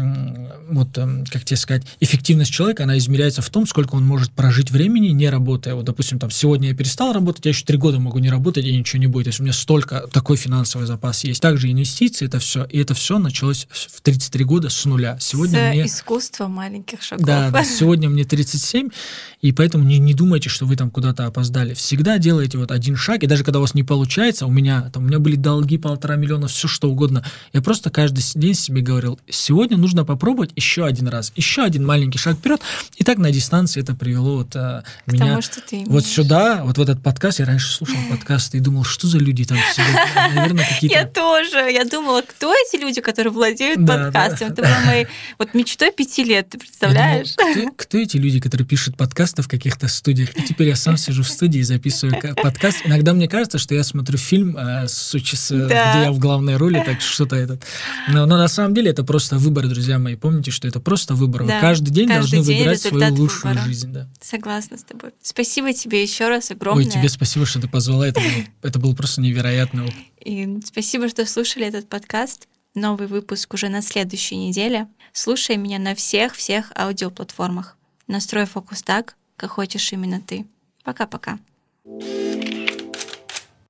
как тебе сказать, эффективность человека, она измеряется в том, сколько он может прожить времени, не работая. Вот, допустим, там сегодня я перестал работать, я еще 3 года могу не работать, и ничего не будет. То есть у меня столько, такой финансовый запас есть. Также инвестиции, это все. И это все началось в 33 года с нуля. Сегодня искусство маленьких шагов. Да, сегодня мне 37, и поэтому не думайте, что вы там куда-то опоздали. Всегда делайте вот один шаг, и даже когда у вас не получается, у меня были долги 1,5 миллиона, все что угодно, я просто каждый день себе говорил, сегодня нужно попробовать еще один раз, еще один маленький шаг вперед, и так на дистанции это привело меня тому, что ты вот сюда, вот в этот подкаст. Я раньше слушал подкасты и думал, что за люди там сидят, наверное, какие-то... Я тоже, я думала, кто эти люди, которые владеют подкастом. Это была моей мечтой 5 лет, ты представляешь? Кто эти люди, которые пишут подкасты в каких-то студиях? И теперь я сам сижу в студии и записываю подкаст. Иногда мне кажется, что я смотрю фильм, где я в главной роли, так что-то этот. Но на самом деле это просто выбор, друзья мои. Помните, что это просто выбор. Вы каждый день должны выбирать свою лучшую жизнь. Да. Согласна с тобой. Спасибо тебе еще раз огромное. Ой, тебе спасибо, что ты позвала. Это был просто невероятный опыт. И спасибо, что слушали этот подкаст. Новый выпуск уже на следующей неделе. Слушай меня на всех аудиоплатформах. Настрой фокус так, как хочешь именно ты. Пока-пока.